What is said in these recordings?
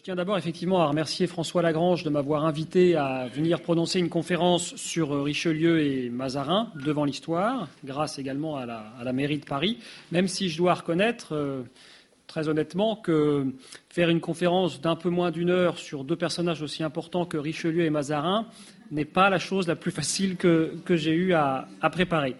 Je tiens d'abord effectivement à remercier François Lagrange de m'avoir invité à venir prononcer une conférence sur Richelieu et Mazarin devant l'histoire, grâce également à la mairie de Paris, même si je dois reconnaître très honnêtement que faire une conférence d'un peu moins d'une heure sur deux personnages aussi importants que Richelieu et Mazarin n'est pas la chose la plus facile que j'ai eu à préparer.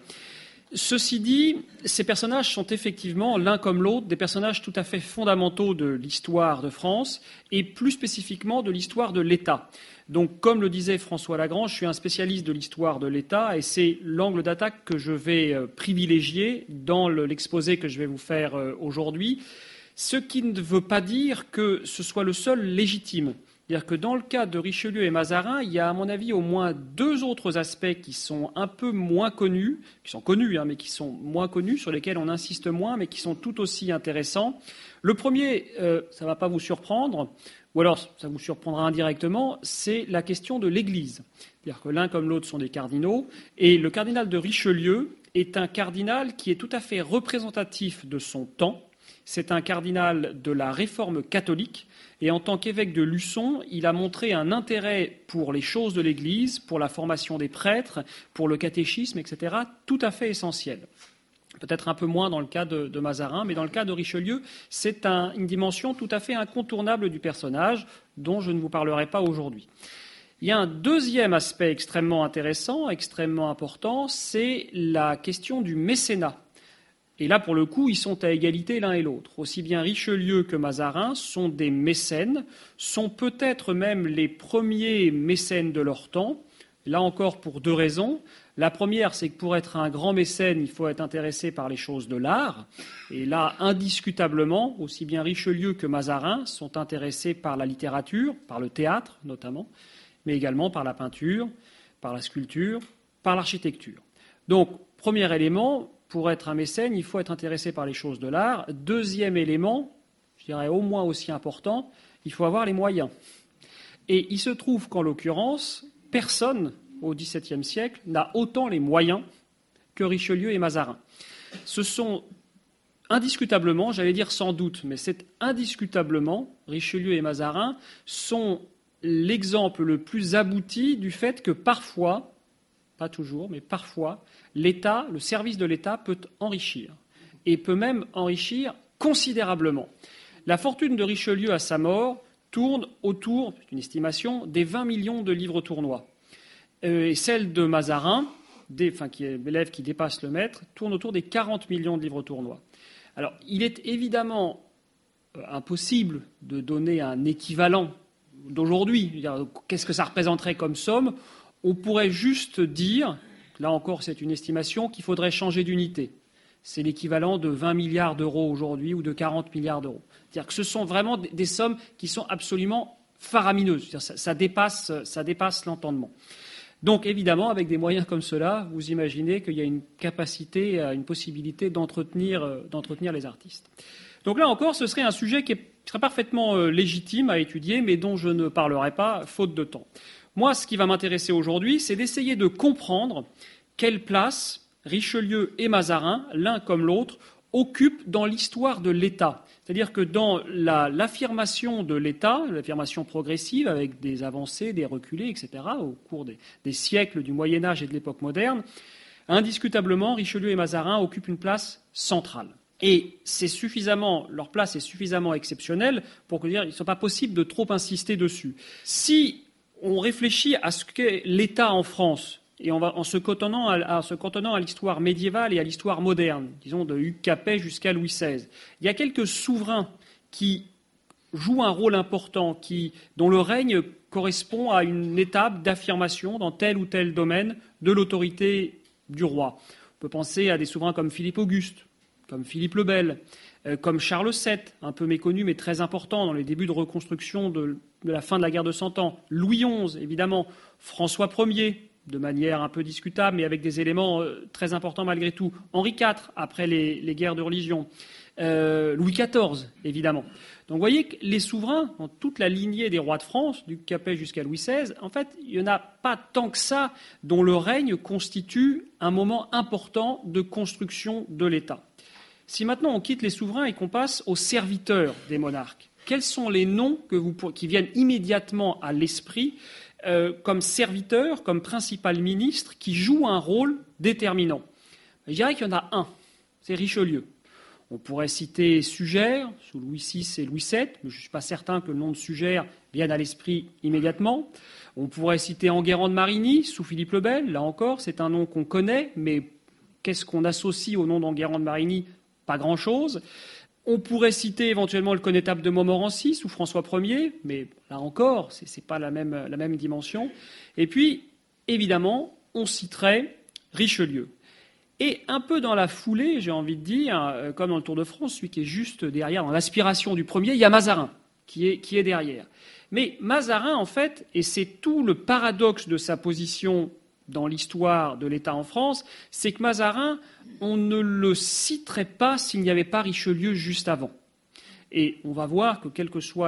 Ceci dit, ces personnages sont effectivement, l'un comme l'autre, des personnages tout à fait fondamentaux de l'histoire de France et plus spécifiquement de l'histoire de l'État. Donc, comme le disait François Lagrange, je suis un spécialiste de l'histoire de l'État et c'est l'angle d'attaque que je vais privilégier dans l'exposé que je vais vous faire aujourd'hui, ce qui ne veut pas dire que ce soit le seul légitime. C'est-à-dire que dans le cas de Richelieu et Mazarin, il y a à mon avis au moins deux autres aspects qui sont un peu moins connus, qui sont connus, mais qui sont moins connus, sur lesquels on insiste moins, mais qui sont tout aussi intéressants. Le premier, ça ne va pas vous surprendre, ou alors ça vous surprendra indirectement, c'est la question de l'Église. C'est-à-dire que l'un comme l'autre sont des cardinaux, et le cardinal de Richelieu est un cardinal qui est tout à fait représentatif de son temps. C'est un cardinal de la Réforme catholique et en tant qu'évêque de Luçon, il a montré un intérêt pour les choses de l'Église, pour la formation des prêtres, pour le catéchisme, etc., tout à fait essentiel. Peut-être un peu moins dans le cas de Mazarin, mais dans le cas de Richelieu, c'est une dimension tout à fait incontournable du personnage dont je ne vous parlerai pas aujourd'hui. Il y a un deuxième aspect extrêmement intéressant, extrêmement important, c'est la question du mécénat. Et là, pour le coup, ils sont à égalité l'un et l'autre. Aussi bien Richelieu que Mazarin sont des mécènes, sont peut-être même les premiers mécènes de leur temps. Là encore, pour deux raisons. La première, c'est que pour être un grand mécène, il faut être intéressé par les choses de l'art. Et là, indiscutablement, aussi bien Richelieu que Mazarin sont intéressés par la littérature, par le théâtre notamment, mais également par la peinture, par la sculpture, par l'architecture. Donc, premier élément, pour être un mécène, il faut être intéressé par les choses de l'art. Deuxième élément, je dirais au moins aussi important, il faut avoir les moyens. Et il se trouve qu'en l'occurrence, personne au XVIIe siècle n'a autant les moyens que Richelieu et Mazarin. Ce sont indiscutablement, j'allais dire sans doute, mais c'est indiscutablement, Richelieu et Mazarin sont l'exemple le plus abouti du fait que parfois, pas toujours, mais parfois, l'État, le service de l'État peut enrichir, et peut même enrichir considérablement. La fortune de Richelieu à sa mort tourne autour, c'est une estimation, des 20 millions de livres tournois. Et celle de Mazarin, qui est l'élève qui dépasse le maître, tourne autour des 40 millions de livres tournois. Alors, il est évidemment impossible de donner un équivalent d'aujourd'hui. Qu'est-ce que ça représenterait comme somme ? On pourrait juste dire, là encore c'est une estimation, qu'il faudrait changer d'unité. C'est l'équivalent de 20 milliards d'euros aujourd'hui ou de 40 milliards d'euros. C'est-à-dire que ce sont vraiment des sommes qui sont absolument faramineuses. Ça dépasse l'entendement. Donc évidemment, avec des moyens comme cela, vous imaginez qu'il y a une capacité, une possibilité d'entretenir les artistes. Donc là encore, ce serait un sujet qui serait parfaitement légitime à étudier, mais dont je ne parlerai pas, faute de temps. Moi, ce qui va m'intéresser aujourd'hui, c'est d'essayer de comprendre quelle place Richelieu et Mazarin, l'un comme l'autre, occupent dans l'histoire de l'État. C'est-à-dire que dans l'affirmation de l'État, l'affirmation progressive avec des avancées, des reculés, etc., au cours des siècles du Moyen-Âge et de l'époque moderne, indiscutablement, Richelieu et Mazarin occupent une place centrale. Et leur place est suffisamment exceptionnelle pour dire qu'il ne soit pas possible de trop insister dessus. Si on réfléchit à ce qu'est l'État en France, et en se cantonnant à l'histoire médiévale et à l'histoire moderne, disons de Hugues Capet jusqu'à Louis XVI, il y a quelques souverains qui jouent un rôle important, dont le règne correspond à une étape d'affirmation dans tel ou tel domaine de l'autorité du roi. On peut penser à des souverains comme Philippe Auguste, comme Philippe le Bel, comme Charles VII, un peu méconnu mais très important dans les débuts de reconstruction de la fin de la guerre de Cent Ans, Louis XI, évidemment, François Ier, de manière un peu discutable, mais avec des éléments très importants malgré tout, Henri IV, après les guerres de religion, Louis XIV, évidemment. Donc vous voyez que les souverains, dans toute la lignée des rois de France, du Capet jusqu'à Louis XVI, en fait, il n'y en a pas tant que ça dont le règne constitue un moment important de construction de l'État. Si maintenant on quitte les souverains et qu'on passe aux serviteurs des monarques, quels sont les noms qui viennent immédiatement à l'esprit comme serviteur, comme principal ministre, qui joue un rôle déterminant? Je dirais qu'il y en a un, c'est Richelieu. On pourrait citer Sugère, sous Louis VI et Louis VII, mais je ne suis pas certain que le nom de Sugère vienne à l'esprit immédiatement. On pourrait citer Enguerrand de Marigny, sous Philippe le Bel. Là encore, c'est un nom qu'on connaît, mais qu'est-ce qu'on associe au nom d'Enguerrand de Marigny? Pas grand-chose. On pourrait citer éventuellement le connétable de Montmorency, sous François Ier, mais là encore, ce n'est pas la même dimension. Et puis, évidemment, on citerait Richelieu. Et un peu dans la foulée, j'ai envie de dire, comme dans le Tour de France, celui qui est juste derrière, dans l'aspiration du premier, il y a Mazarin, qui est derrière. Mais Mazarin, en fait, et c'est tout le paradoxe de sa position dans l'histoire de l'État en France, c'est que Mazarin, on ne le citerait pas s'il n'y avait pas Richelieu juste avant. Et on va voir que quelle que soit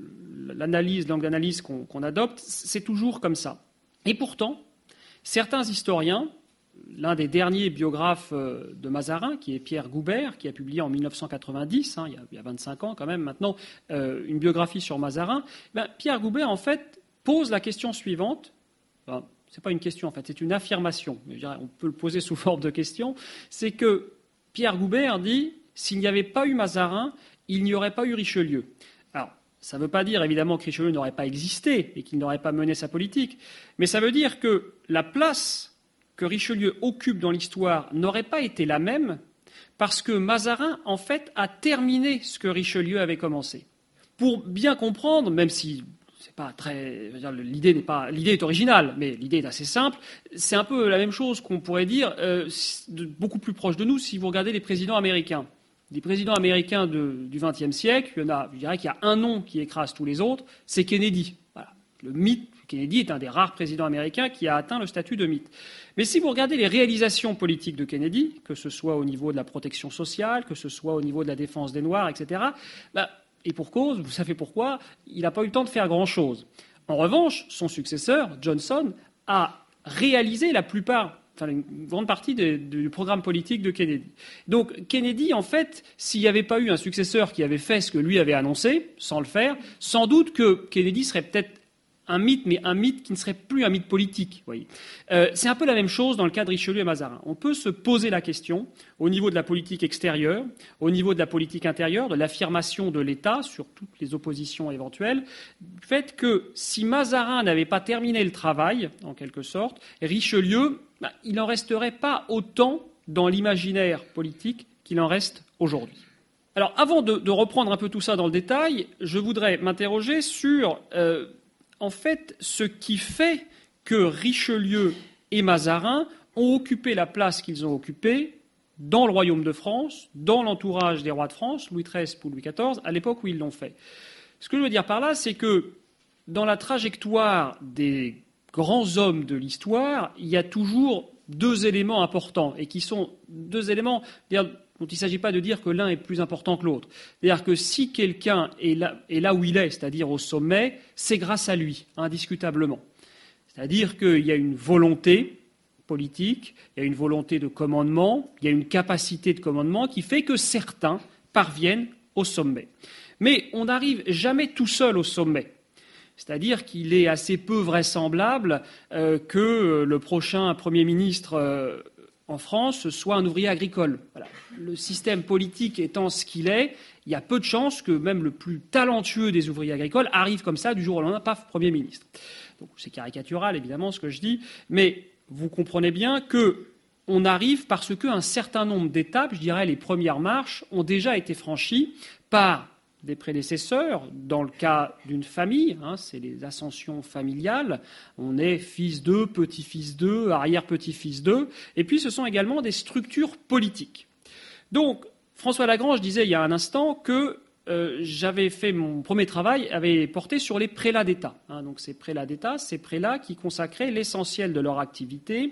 l'angle d'analyse qu'on adopte, c'est toujours comme ça. Et pourtant, certains historiens, l'un des derniers biographes de Mazarin, qui est Pierre Goubert, qui a publié en 1990, il y a 25 ans quand même maintenant, une biographie sur Mazarin, Pierre Goubert, en fait, pose la question suivante. Enfin, ce n'est pas une question, en fait, c'est une affirmation. Je dirais, on peut le poser sous forme de question. C'est que Pierre Goubert dit « S'il n'y avait pas eu Mazarin, il n'y aurait pas eu Richelieu ». Alors, ça ne veut pas dire, évidemment, que Richelieu n'aurait pas existé et qu'il n'aurait pas mené sa politique, mais ça veut dire que la place que Richelieu occupe dans l'histoire n'aurait pas été la même parce que Mazarin, en fait, a terminé ce que Richelieu avait commencé. Pour bien comprendre, même si c'est pas très, l'idée est originale, mais l'idée est assez simple, c'est un peu la même chose qu'on pourrait dire, beaucoup plus proche de nous, si vous regardez les présidents américains. Les présidents américains du XXe siècle, je dirais qu'il y a un nom qui écrase tous les autres, c'est Kennedy. Voilà. Le mythe Kennedy est un des rares présidents américains qui a atteint le statut de mythe. Mais si vous regardez les réalisations politiques de Kennedy, que ce soit au niveau de la protection sociale, que ce soit au niveau de la défense des Noirs, etc., et pour cause, vous savez pourquoi, il n'a pas eu le temps de faire grand-chose. En revanche, son successeur, Johnson, a réalisé une grande partie du programme politique de Kennedy. Donc Kennedy, en fait, s'il n'y avait pas eu un successeur qui avait fait ce que lui avait annoncé, sans le faire, sans doute que Kennedy serait peut-être un mythe, mais un mythe qui ne serait plus un mythe politique. Voyez. C'est un peu la même chose dans le cas de Richelieu et Mazarin. On peut se poser la question, au niveau de la politique extérieure, au niveau de la politique intérieure, de l'affirmation de l'État sur toutes les oppositions éventuelles, du fait que si Mazarin n'avait pas terminé le travail, en quelque sorte, Richelieu, il n'en resterait pas autant dans l'imaginaire politique qu'il en reste aujourd'hui. Alors, avant de reprendre un peu tout ça dans le détail, je voudrais m'interroger sur en fait, ce qui fait que Richelieu et Mazarin ont occupé la place qu'ils ont occupée dans le royaume de France, dans l'entourage des rois de France, Louis XIII ou Louis XIV, à l'époque où ils l'ont fait. Ce que je veux dire par là, c'est que dans la trajectoire des grands hommes de l'histoire, il y a toujours deux éléments importants, et qui sont deux éléments dont il ne s'agit pas de dire que l'un est plus important que l'autre. C'est-à-dire que si quelqu'un est là où il est, c'est-à-dire au sommet, c'est grâce à lui, indiscutablement. C'est-à-dire qu'il y a une volonté politique, il y a une volonté de commandement, il y a une capacité de commandement qui fait que certains parviennent au sommet. Mais on n'arrive jamais tout seul au sommet. C'est-à-dire qu'il est assez peu vraisemblable que le prochain Premier ministre en France soit un ouvrier agricole. Voilà. Le système politique étant ce qu'il est, il y a peu de chances que même le plus talentueux des ouvriers agricoles arrive comme ça du jour au lendemain, paf, Premier ministre. Donc c'est caricatural, évidemment, ce que je dis, mais vous comprenez bien qu'on arrive parce qu'un certain nombre d'étapes, je dirais les premières marches, ont déjà été franchies par des prédécesseurs, dans le cas d'une famille, c'est les ascensions familiales, on est fils d'eux, petit-fils d'eux, arrière-petit-fils d'eux, et puis ce sont également des structures politiques. Donc, François Lagrange disait il y a un instant que j'avais fait mon premier travail, avait porté sur les prélats d'État. Donc ces prélats d'État, ces prélats qui consacraient l'essentiel de leur activité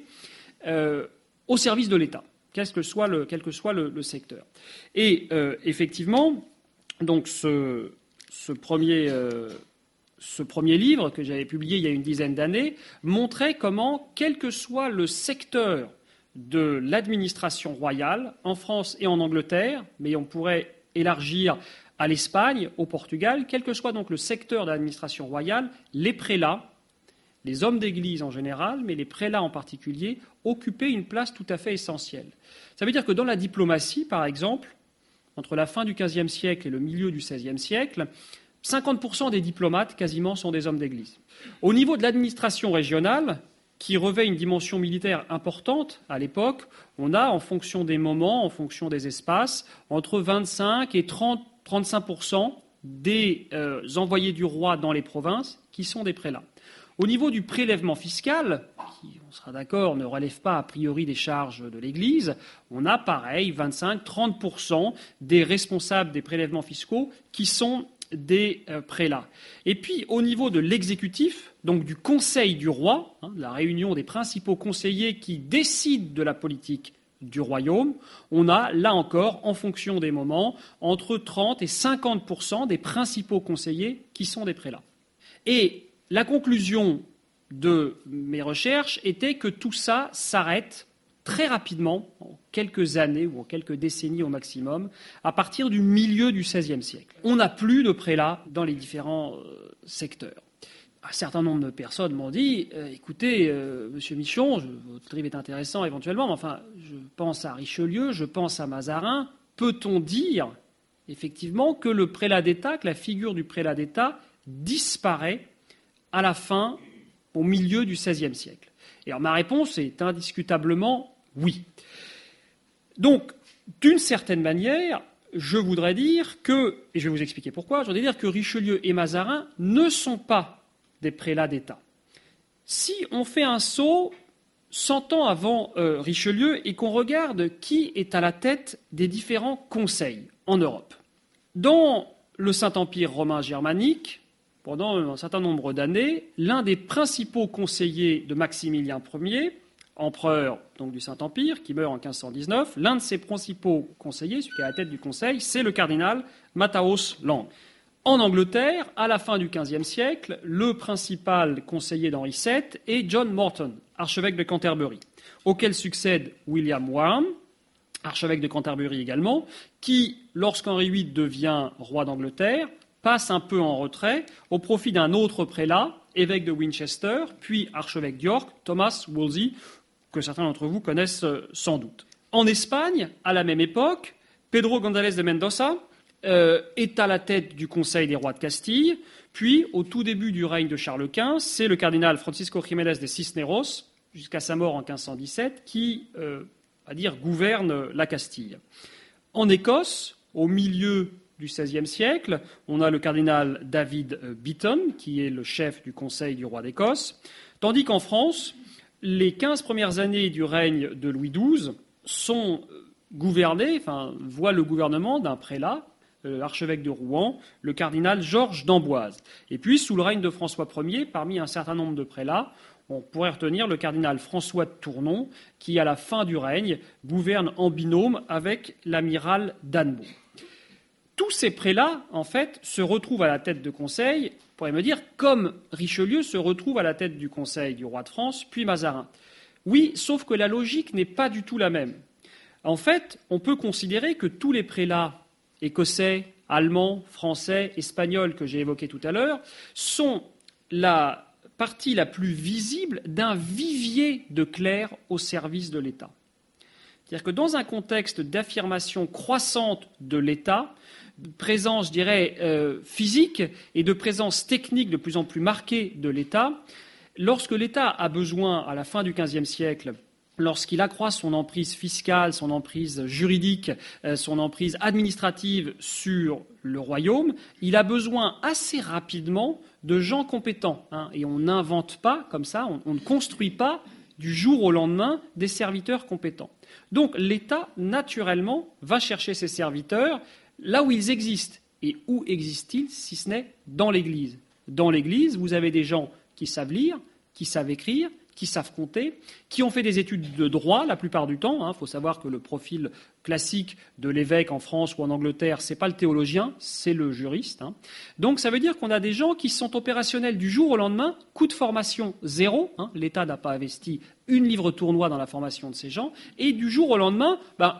au service de l'État, quel que soit le secteur. Et effectivement, donc ce premier livre que j'avais publié il y a une dizaine d'années montrait comment, quel que soit le secteur de l'administration royale, en France et en Angleterre, mais on pourrait élargir à l'Espagne, au Portugal, quel que soit donc le secteur de l'administration royale, les prélats, les hommes d'église en général, mais les prélats en particulier, occupaient une place tout à fait essentielle. Ça veut dire que dans la diplomatie, par exemple, entre la fin du XVe siècle et le milieu du XVIe siècle, 50% des diplomates quasiment sont des hommes d'église. Au niveau de l'administration régionale, qui revêt une dimension militaire importante à l'époque, on a, en fonction des moments, en fonction des espaces, entre 25 et 35% des envoyés du roi dans les provinces qui sont des prélats. Au niveau du prélèvement fiscal, qui, on sera d'accord, ne relève pas a priori des charges de l'Église, on a pareil 25-30% des responsables des prélèvements fiscaux qui sont des prélats. Et puis au niveau de l'exécutif, donc du Conseil du roi, la réunion des principaux conseillers qui décident de la politique du royaume, on a, là encore, en fonction des moments, entre 30 et 50% des principaux conseillers qui sont des prélats. Et la conclusion de mes recherches était que tout ça s'arrête très rapidement, en quelques années ou en quelques décennies au maximum, à partir du milieu du XVIe siècle. On n'a plus de prélats dans les différents secteurs. Un certain nombre de personnes m'ont dit écoutez, monsieur Michon, votre livre est intéressant éventuellement, mais enfin, je pense à Richelieu, je pense à Mazarin. Peut-on dire, effectivement, que le prélat d'État, que la figure du prélat d'État disparaît à la fin, au milieu du XVIe siècle? Et alors, ma réponse est indiscutablement oui. Donc, d'une certaine manière, je voudrais dire que, et je vais vous expliquer pourquoi, je voudrais dire que Richelieu et Mazarin ne sont pas des prélats d'État. Si on fait un saut 100 ans avant Richelieu et qu'on regarde qui est à la tête des différents conseils en Europe, dans le Saint-Empire romain germanique, pendant un certain nombre d'années, l'un des principaux conseillers de Maximilien Ier, empereur donc, du Saint-Empire, qui meurt en 1519, l'un de ses principaux conseillers, celui qui est à la tête du conseil, c'est le cardinal Matthäus Lang. En Angleterre, à la fin du XVe siècle, le principal conseiller d'Henri VII est John Morton, archevêque de Canterbury, auquel succède William Warham, archevêque de Canterbury également, qui, lorsqu'Henri VIII devient roi d'Angleterre, passe un peu en retrait au profit d'un autre prélat, évêque de Winchester, puis archevêque d'York, Thomas Wolsey, que certains d'entre vous connaissent sans doute. En Espagne, à la même époque, Pedro González de Mendoza est à la tête du Conseil des rois de Castille, puis, au tout début du règne de Charles Quint, c'est le cardinal Francisco Jiménez de Cisneros, jusqu'à sa mort en 1517, qui, gouverne la Castille. En Écosse, au milieu du XVIe siècle, on a le cardinal David Beaton, qui est le chef du Conseil du roi d'Écosse, tandis qu'en France, les 15 premières années du règne de Louis XII sont gouvernées, voient le gouvernement d'un prélat, l'archevêque de Rouen, le cardinal Georges d'Amboise. Et puis, sous le règne de François Ier, parmi un certain nombre de prélats, on pourrait retenir le cardinal François de Tournon, qui, à la fin du règne, gouverne en binôme avec l'amiral d'Annebault. Tous ces prélats, en fait, se retrouvent à la tête de conseil, on pourrait me dire, comme Richelieu se retrouve à la tête du conseil du roi de France, puis Mazarin. Oui, sauf que la logique n'est pas du tout la même. En fait, on peut considérer que tous les prélats écossais, allemands, français, espagnols que j'ai évoqués tout à l'heure sont la partie la plus visible d'un vivier de clercs au service de l'État. C'est-à-dire que dans un contexte d'affirmation croissante de l'État, de présence, je dirais, physique et de présence technique de plus en plus marquée de l'État, lorsque l'État a besoin, à la fin du XVe siècle, lorsqu'il accroît son emprise fiscale, son emprise juridique, son emprise administrative sur le royaume, il a besoin assez rapidement de gens compétents. Et on n'invente pas comme ça, on ne construit pas du jour au lendemain des serviteurs compétents. Donc l'État, naturellement, va chercher ses serviteurs là où ils existent. Et où existent-ils, si ce n'est dans l'Église? Dans l'Église, vous avez des gens qui savent lire, qui savent écrire, qui savent compter, qui ont fait des études de droit la plupart du temps. Il faut savoir que le profil classique de l'évêque en France ou en Angleterre, ce n'est pas le théologien, c'est le juriste. Donc ça veut dire qu'on a des gens qui sont opérationnels du jour au lendemain, coût de formation zéro, l'État n'a pas investi une livre tournois dans la formation de ces gens, et du jour au lendemain,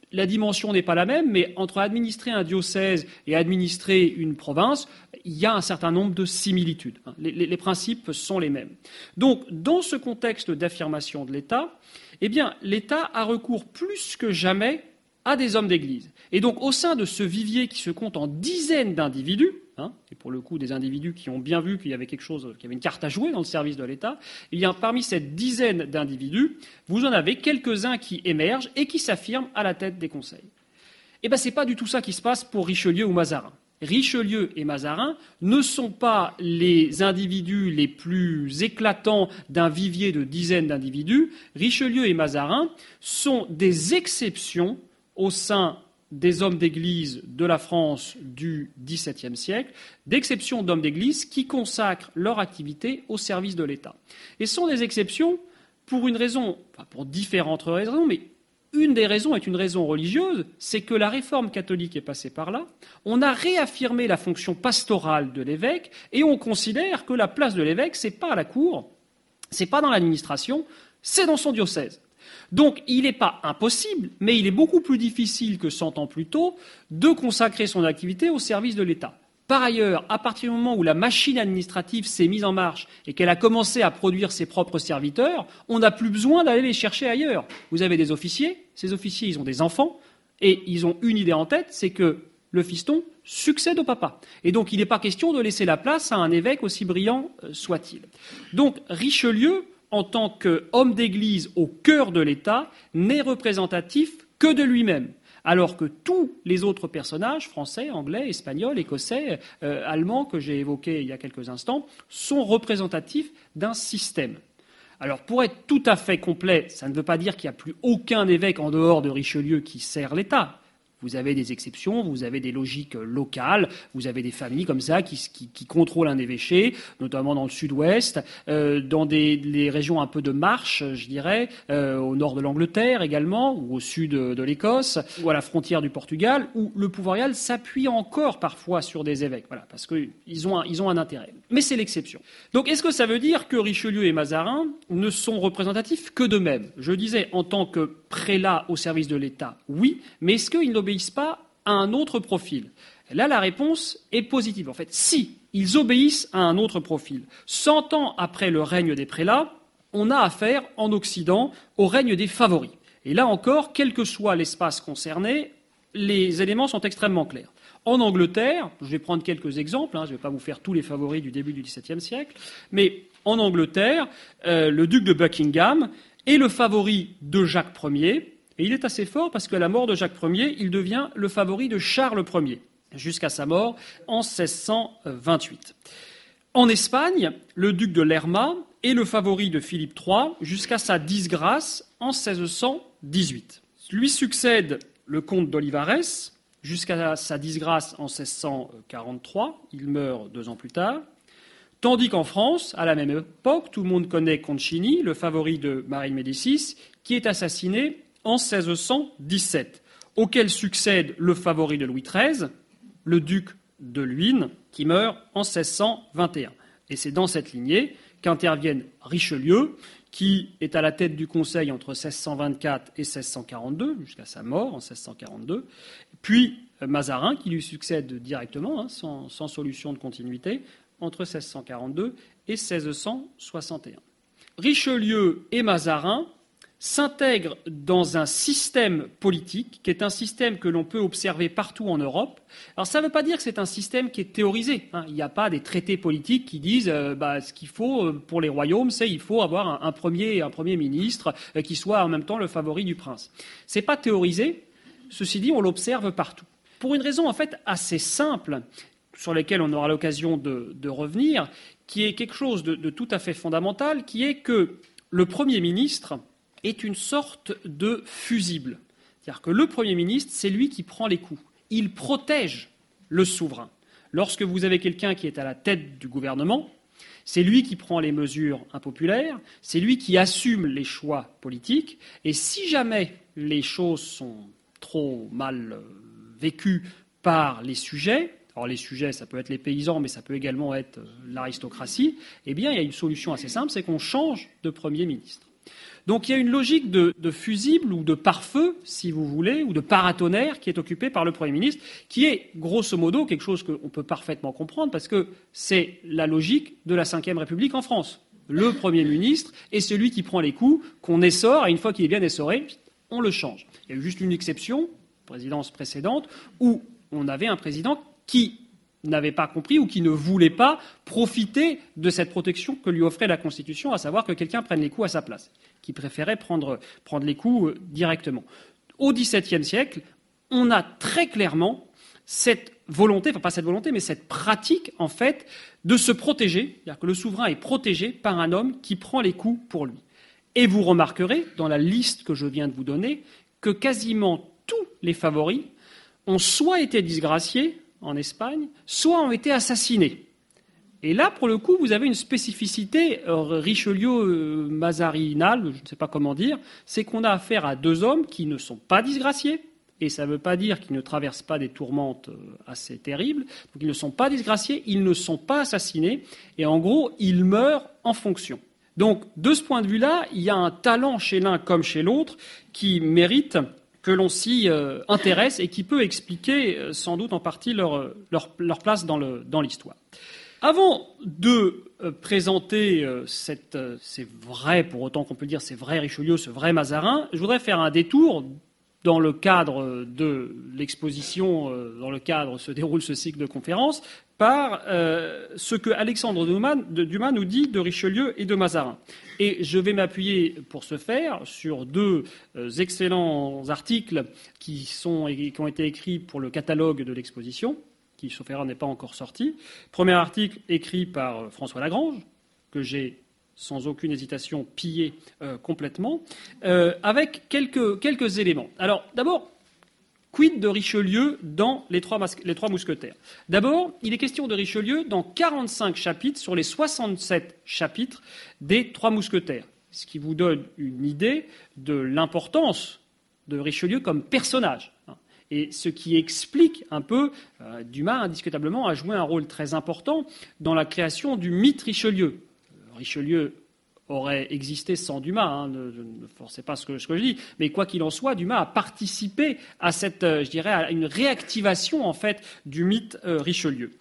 la dimension n'est pas la même, mais entre administrer un diocèse et administrer une province, il y a un certain nombre de similitudes. Les principes sont les mêmes. Donc, dans ce contexte d'affirmation de l'État, eh bien, l'État a recours plus que jamais à des hommes d'Église. Et donc, au sein de ce vivier qui se compte en dizaines d'individus, et pour le coup des individus qui ont bien vu qu'il y avait quelque chose, qu'il y avait une carte à jouer dans le service de l'État, eh bien, parmi cette dizaine d'individus, vous en avez quelques-uns qui émergent et qui s'affirment à la tête des conseils. Eh bien, ce n'est pas du tout ça qui se passe pour Richelieu ou Mazarin. Richelieu et Mazarin ne sont pas les individus les plus éclatants d'un vivier de dizaines d'individus. Richelieu et Mazarin sont des exceptions au sein des hommes d'Église de la France du XVIIe siècle, d'exceptions d'hommes d'Église qui consacrent leur activité au service de l'État. Et ce sont des exceptions pour une raison, enfin pour différentes raisons, mais une des raisons est une raison religieuse, c'est que la réforme catholique est passée par là. On a réaffirmé la fonction pastorale de l'évêque et on considère que la place de l'évêque, c'est pas à la cour, c'est pas dans l'administration, c'est dans son diocèse. Donc, il n'est pas impossible, mais il est beaucoup plus difficile que 100 ans plus tôt de consacrer son activité au service de l'État. Par ailleurs, à partir du moment où la machine administrative s'est mise en marche et qu'elle a commencé à produire ses propres serviteurs, on n'a plus besoin d'aller les chercher ailleurs. Vous avez des officiers, ces officiers, ils ont des enfants, et ils ont une idée en tête, c'est que le fiston succède au papa. Et donc, il n'est pas question de laisser la place à un évêque aussi brillant soit-il. Donc, Richelieu, en tant qu'homme d'Église au cœur de l'État, n'est représentatif que de lui-même, alors que tous les autres personnages, français, anglais, espagnols, écossais, allemands, que j'ai évoqués il y a quelques instants, sont représentatifs d'un système. Alors, pour être tout à fait complet, ça ne veut pas dire qu'il n'y a plus aucun évêque en dehors de Richelieu qui sert l'État. Vous avez des exceptions, vous avez des logiques locales, vous avez des familles comme ça qui contrôlent un évêché, notamment dans le sud-ouest, dans les régions un peu de marche, je dirais, au nord de l'Angleterre également, ou au sud de l'Écosse, ou à la frontière du Portugal, où le pouvoir royal s'appuie encore parfois sur des évêques, voilà, parce qu'ils ont un intérêt. Mais c'est l'exception. Donc est-ce que ça veut dire que Richelieu et Mazarin ne sont représentatifs que d'eux-mêmes ? Je disais, en tant que prélats au service de l'État, oui, mais est-ce qu'ils n'obéissent pas à un autre profil ? Là, la réponse est positive. En fait, si ils obéissent à un autre profil, 100 ans après le règne des prélats, on a affaire, en Occident, au règne des favoris. Et là encore, quel que soit l'espace concerné, les éléments sont extrêmement clairs. En Angleterre, je vais prendre quelques exemples, je ne vais pas vous faire tous les favoris du début du XVIIe siècle, mais en Angleterre, le duc de Buckingham est le favori de Jacques Ier, et il est assez fort parce qu'à la mort de Jacques Ier, il devient le favori de Charles Ier, jusqu'à sa mort en 1628. En Espagne, le duc de Lerma est le favori de Philippe III jusqu'à sa disgrâce en 1618. Lui succède le comte d'Olivares jusqu'à sa disgrâce en 1643. Il meurt 2 ans plus tard. Tandis qu'en France, à la même époque, tout le monde connaît Concini, le favori de Marie de Médicis, qui est assassiné en 1617, auquel succède le favori de Louis XIII, le duc de Luynes, qui meurt en 1621. Et c'est dans cette lignée qu'interviennent Richelieu, qui est à la tête du Conseil entre 1624 et 1642, jusqu'à sa mort en 1642, puis Mazarin, qui lui succède directement, sans solution de continuité, entre 1642 et 1661. Richelieu et Mazarin s'intègrent dans un système politique qui est un système que l'on peut observer partout en Europe. Alors ça ne veut pas dire que c'est un système qui est théorisé. Il n'y a pas des traités politiques qui disent ce qu'il faut pour les royaumes, c'est il faut avoir un premier ministre qui soit en même temps le favori du prince. Ce n'est pas théorisé. Ceci dit, on l'observe partout. Pour une raison en fait assez simple, sur laquelle on aura l'occasion de revenir, qui est quelque chose de tout à fait fondamental, qui est que le Premier ministre est une sorte de fusible. C'est-à-dire que le Premier ministre, c'est lui qui prend les coups. Il protège le souverain. Lorsque vous avez quelqu'un qui est à la tête du gouvernement, c'est lui qui prend les mesures impopulaires, c'est lui qui assume les choix politiques, et si jamais les choses sont trop mal vécues par les sujets, alors les sujets, ça peut être les paysans, mais ça peut également être l'aristocratie, eh bien, il y a une solution assez simple, c'est qu'on change de Premier ministre. Donc il y a une logique de fusible ou de pare-feu, si vous voulez, ou de paratonnerre qui est occupée par le Premier ministre, qui est grosso modo quelque chose qu'on peut parfaitement comprendre parce que c'est la logique de la Ve République en France. Le Premier ministre est celui qui prend les coups, qu'on essore, et une fois qu'il est bien essoré, on le change. Il y a eu juste une exception, présidence précédente, où on avait un président qui n'avait pas compris ou qui ne voulait pas profiter de cette protection que lui offrait la Constitution, à savoir que quelqu'un prenne les coups à sa place, qui préférait prendre les coups directement. Au XVIIe siècle, on a très clairement cette volonté, enfin pas cette volonté, mais cette pratique, en fait, de se protéger, c'est-à-dire que le souverain est protégé par un homme qui prend les coups pour lui. Et vous remarquerez, dans la liste que je viens de vous donner, que quasiment tous les favoris ont soit été disgraciés en Espagne, soit ont été assassinés. Et là, pour le coup, vous avez une spécificité Richelieu-mazarinale, je ne sais pas comment dire, c'est qu'on a affaire à deux hommes qui ne sont pas disgraciés, et ça ne veut pas dire qu'ils ne traversent pas des tourmentes assez terribles, donc ils ne sont pas disgraciés, ils ne sont pas assassinés, et en gros, ils meurent en fonction. Donc, de ce point de vue-là, il y a un talent chez l'un comme chez l'autre qui mérite que l'on s'y intéresse et qui peut expliquer sans doute en partie leur place dans l'histoire. Avant de présenter c'est vrai, pour autant qu'on peut le dire, c'est vrai Richelieu, ce vrai Mazarin, je voudrais faire un détour dans le cadre de l'exposition, dans le cadre où se déroule ce cycle de conférences, par ce que Alexandre Dumas nous dit de Richelieu et de Mazarin. Et je vais m'appuyer pour ce faire sur deux excellents articles qui ont été écrits pour le catalogue de l'exposition, qui, sauf erreur, n'est pas encore sorti. Premier article écrit par François Lagrange, que j'ai sans aucune hésitation pillé complètement, avec quelques éléments. Alors, d'abord, quid de Richelieu dans les trois mousquetaires? D'abord, il est question de Richelieu dans 45 chapitres sur les 67 chapitres des Trois Mousquetaires, ce qui vous donne une idée de l'importance de Richelieu comme personnage. Et ce qui explique un peu, Dumas, indiscutablement, a joué un rôle très important dans la création du mythe Richelieu. Richelieu aurait existé sans Dumas, ne forcez pas ce que je dis, mais quoi qu'il en soit, Dumas a participé à à une réactivation en fait du mythe Richelieu.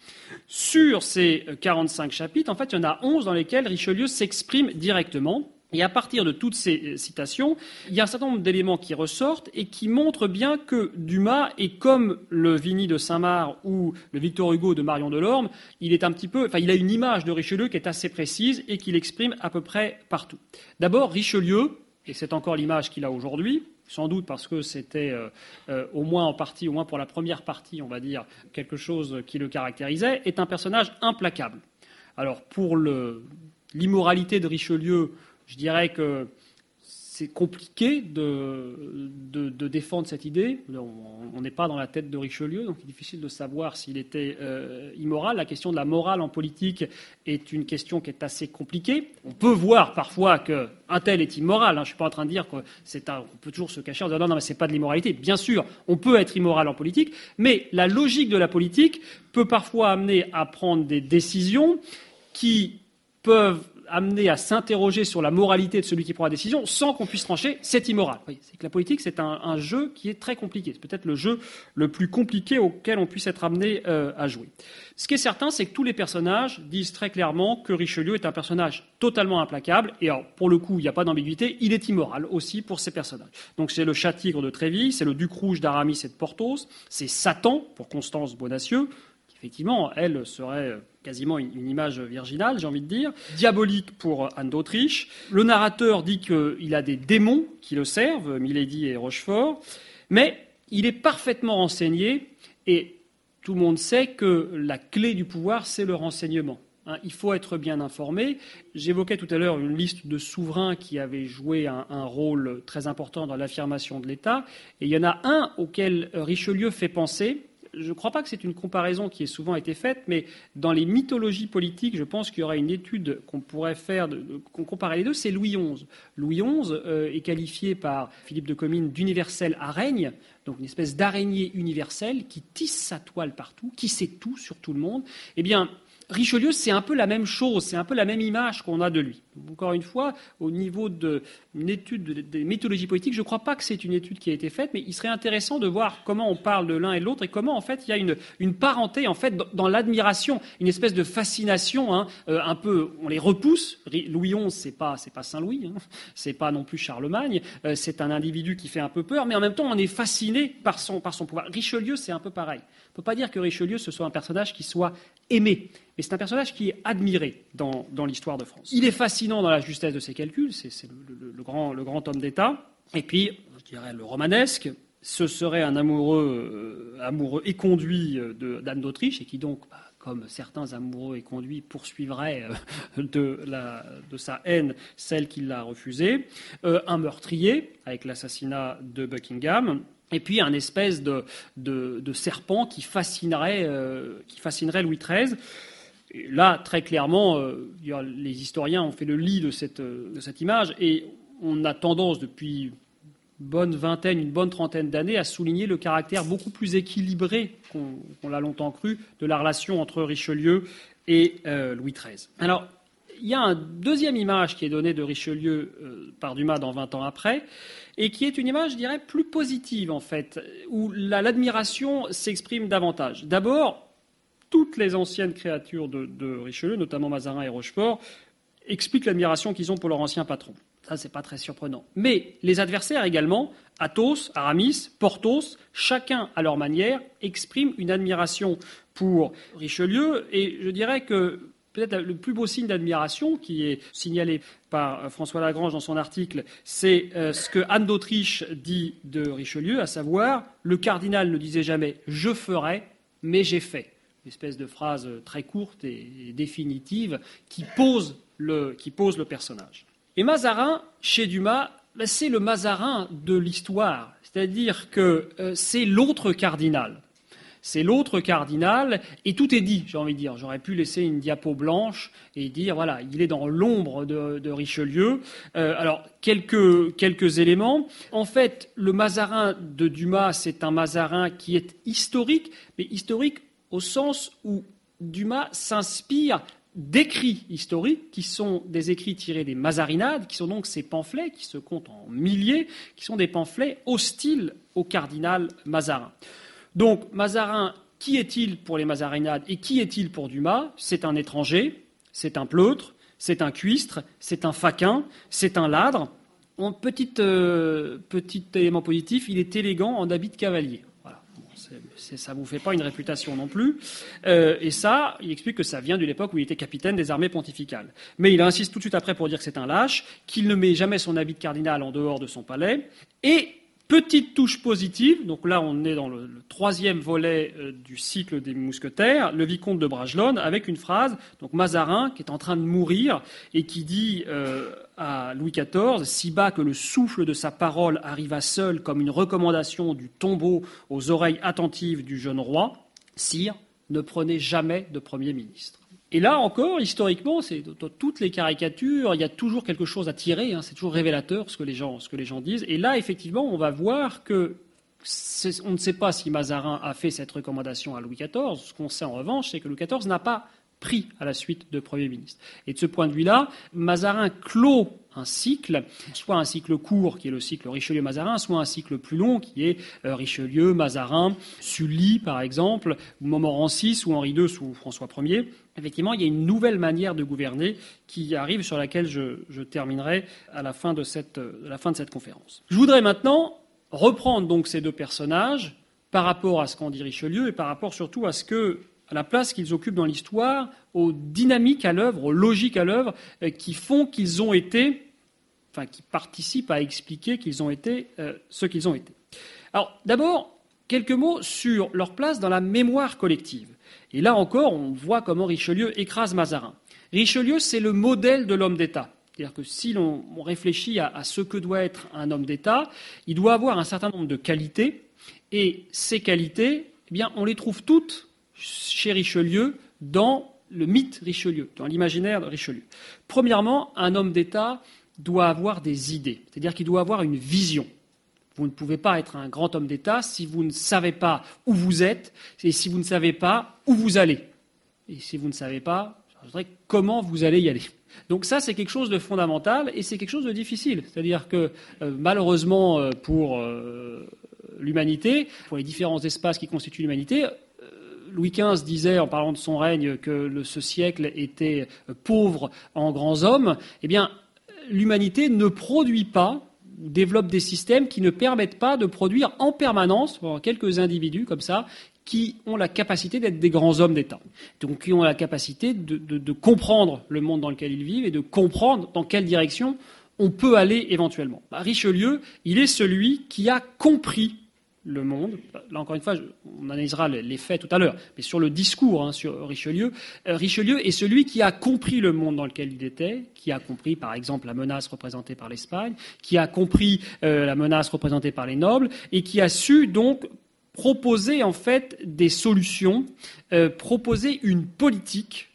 Sur ces 45 chapitres, en fait, il y en a 11 dans lesquels Richelieu s'exprime directement. Et à partir de toutes ces citations, il y a un certain nombre d'éléments qui ressortent et qui montrent bien que Dumas est comme le Vigny de Saint-Marc ou le Victor Hugo de Marion Delorme, il a une image de Richelieu qui est assez précise et qu'il exprime à peu près partout. D'abord, Richelieu, et c'est encore l'image qu'il a aujourd'hui, sans doute parce que c'était au moins pour la première partie, on va dire, quelque chose qui le caractérisait, est un personnage implacable. Alors, pour l'immoralité de Richelieu, je dirais que c'est compliqué de défendre cette idée. On n'est pas dans la tête de Richelieu, donc il est difficile de savoir s'il était immoral. La question de la morale en politique est une question qui est assez compliquée. On peut voir parfois qu'un tel est immoral. Je ne suis pas en train de dire qu'on peut toujours se cacher en disant non, mais ce n'est pas de l'immoralité. Bien sûr, on peut être immoral en politique, mais la logique de la politique peut parfois amener à prendre des décisions qui peuvent amener à s'interroger sur la moralité de celui qui prend la décision sans qu'on puisse trancher, c'est immoral. C'est que la politique, c'est un jeu qui est très compliqué. C'est peut-être le jeu le plus compliqué auquel on puisse être amené à jouer. Ce qui est certain, c'est que tous les personnages disent très clairement que Richelieu est un personnage totalement implacable. Et alors, pour le coup, il n'y a pas d'ambiguïté, il est immoral aussi pour ces personnages. Donc c'est le chat-tigre de Tréville, c'est le duc rouge d'Aramis et de Porthos, c'est Satan pour Constance Bonacieux, effectivement, elle serait quasiment une image virginale, j'ai envie de dire. Diabolique pour Anne d'Autriche. Le narrateur dit qu'il a des démons qui le servent, Milady et Rochefort. Mais il est parfaitement renseigné et tout le monde sait que la clé du pouvoir, c'est le renseignement. Il faut être bien informé. J'évoquais tout à l'heure une liste de souverains qui avaient joué un rôle très important dans l'affirmation de l'État. Et il y en a un auquel Richelieu fait penser. Je ne crois pas que c'est une comparaison qui ait souvent été faite, mais dans les mythologies politiques, je pense qu'il y aura une étude qu'on pourrait faire, qu'on compare les deux, c'est Louis XI. Louis XI est qualifié par Philippe de Comines d'universel araigne, donc une espèce d'araignée universelle qui tisse sa toile partout, qui sait tout sur tout le monde. Eh bien, Richelieu, c'est un peu la même chose, c'est un peu la même image qu'on a de lui. Encore une fois, au niveau d'une étude des méthodologies politiques, je ne crois pas que c'est une étude qui a été faite, mais il serait intéressant de voir comment on parle de l'un et de l'autre et comment, en fait, il y a une parenté, en fait, dans l'admiration, une espèce de fascination, un peu, on les repousse. Louis XI, c'est pas Saint-Louis, c'est pas non plus Charlemagne, c'est un individu qui fait un peu peur, mais en même temps, on est fasciné par son pouvoir. Richelieu, c'est un peu pareil. On ne peut pas dire que Richelieu, ce soit un personnage qui soit aimé, mais c'est un personnage qui est admiré dans l'histoire de France. Il est fascinant dans la justesse de ses calculs, c'est le grand homme d'État. Et puis, je dirais, le romanesque, ce serait un amoureux éconduit d'Anne d'Autriche, et qui donc, comme certains amoureux éconduits, poursuivrait de sa haine celle qui l'a refusée. Un meurtrier, avec l'assassinat de Buckingham. Et puis un espèce de serpent qui fascinerait Louis XIII. Et là, très clairement, les historiens ont fait le lit de cette image, et on a tendance depuis une bonne trentaine d'années à souligner le caractère beaucoup plus équilibré qu'on l'a longtemps cru de la relation entre Richelieu et Louis XIII. Alors, il y a une deuxième image qui est donnée de Richelieu par Dumas dans 20 ans après, et qui est une image, je dirais, plus positive, en fait, où l'admiration s'exprime davantage. D'abord, toutes les anciennes créatures de Richelieu, notamment Mazarin et Rochefort, expliquent l'admiration qu'ils ont pour leur ancien patron. Ça, c'est pas très surprenant. Mais les adversaires également, Athos, Aramis, Porthos, chacun à leur manière, expriment une admiration pour Richelieu, et je dirais que peut-être le plus beau signe d'admiration qui est signalé par François Lagrange dans son article, c'est ce que Anne d'Autriche dit de Richelieu, à savoir « Le cardinal ne disait jamais « je ferai », mais j'ai fait ». Une espèce de phrase très courte et définitive qui pose le personnage. Et Mazarin, chez Dumas, c'est le Mazarin de l'histoire, c'est-à-dire que c'est l'autre cardinal. C'est l'autre cardinal, et tout est dit, j'ai envie de dire. J'aurais pu laisser une diapo blanche et dire, voilà, il est dans l'ombre de Richelieu. Alors, quelques éléments. En fait, le Mazarin de Dumas, c'est un Mazarin qui est historique, mais historique au sens où Dumas s'inspire d'écrits historiques, qui sont des écrits tirés des Mazarinades, qui sont donc ces pamphlets, qui se comptent en milliers, qui sont des pamphlets hostiles au cardinal Mazarin. Donc, Mazarin, qui est-il pour les Mazarinades et qui est-il pour Dumas ? C'est un étranger, c'est un pleutre, c'est un cuistre, c'est un faquin, c'est un ladre. En petit élément positif, il est élégant en habit de cavalier. Voilà. Ça ne vous fait pas une réputation non plus. Et ça, il explique que ça vient de l'époque où il était capitaine des armées pontificales. Mais il insiste tout de suite après pour dire que c'est un lâche, qu'il ne met jamais son habit de cardinal en dehors de son palais. Et petite touche positive, donc là on est dans le troisième volet du cycle des mousquetaires, le vicomte de Bragelonne, avec une phrase, donc Mazarin, qui est en train de mourir, et qui dit à Louis XIV, si bas que le souffle de sa parole arriva seul comme une recommandation du tombeau aux oreilles attentives du jeune roi, sire, ne prenez jamais de Premier ministre. Et là encore, historiquement, c'est dans toutes les caricatures, il y a toujours quelque chose à tirer, c'est toujours révélateur ce que les gens disent. Et là, effectivement, on va voir que on ne sait pas si Mazarin a fait cette recommandation à Louis XIV. Ce qu'on sait en revanche, c'est que Louis XIV n'a pas pris à la suite de Premier ministre. Et de ce point de vue-là, Mazarin clôt un cycle, soit un cycle court qui est le cycle Richelieu-Mazarin, soit un cycle plus long qui est Richelieu, Mazarin, Sully par exemple, ou Montmorency sous Henri II, sous François Ier. Effectivement, il y a une nouvelle manière de gouverner qui arrive, sur laquelle je terminerai à la fin de cette conférence. Je voudrais maintenant reprendre donc ces deux personnages par rapport à ce qu'en dit Richelieu et par rapport surtout à la place qu'ils occupent dans l'histoire, aux dynamiques à l'œuvre, aux logiques à l'œuvre, qui font qu'ils ont été, qui participent à expliquer qu'ils ont été ce qu'ils ont été. Alors, d'abord, quelques mots sur leur place dans la mémoire collective. Et là encore, on voit comment Richelieu écrase Mazarin. Richelieu, c'est le modèle de l'homme d'État. C'est-à-dire que si l'on réfléchit à ce que doit être un homme d'État, il doit avoir un certain nombre de qualités, et ces qualités, on les trouve toutes chez Richelieu dans le mythe Richelieu, dans l'imaginaire de Richelieu. Premièrement, un homme d'État doit avoir des idées, c'est-à-dire qu'il doit avoir une vision. Vous ne pouvez pas être un grand homme d'État si vous ne savez pas où vous êtes et si vous ne savez pas où vous allez. Et si vous ne savez pas, je voudrais comment vous allez y aller. Donc ça, c'est quelque chose de fondamental et c'est quelque chose de difficile. C'est-à-dire que malheureusement pour l'humanité, pour les différents espaces qui constituent l'humanité, Louis XV disait, en parlant de son règne, que ce siècle était pauvre en grands hommes. Eh bien, l'humanité ne produit pas, développe des systèmes qui ne permettent pas de produire en permanence, quelques individus comme ça, qui ont la capacité d'être des grands hommes d'État. Donc qui ont la capacité de comprendre le monde dans lequel ils vivent et de comprendre dans quelle direction on peut aller éventuellement. Richelieu, il est celui qui a compris le monde. Là, encore une fois, on analysera les faits tout à l'heure, mais sur le discours sur Richelieu, Richelieu est celui qui a compris le monde dans lequel il était, qui a compris, par exemple, la menace représentée par l'Espagne, qui a compris la menace représentée par les nobles, et qui a su donc proposer en fait des solutions, proposer une politique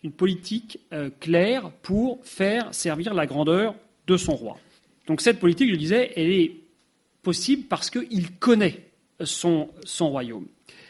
claire pour faire servir la grandeur de son roi. Donc cette politique, je disais, elle est possible parce qu'il connaît son royaume.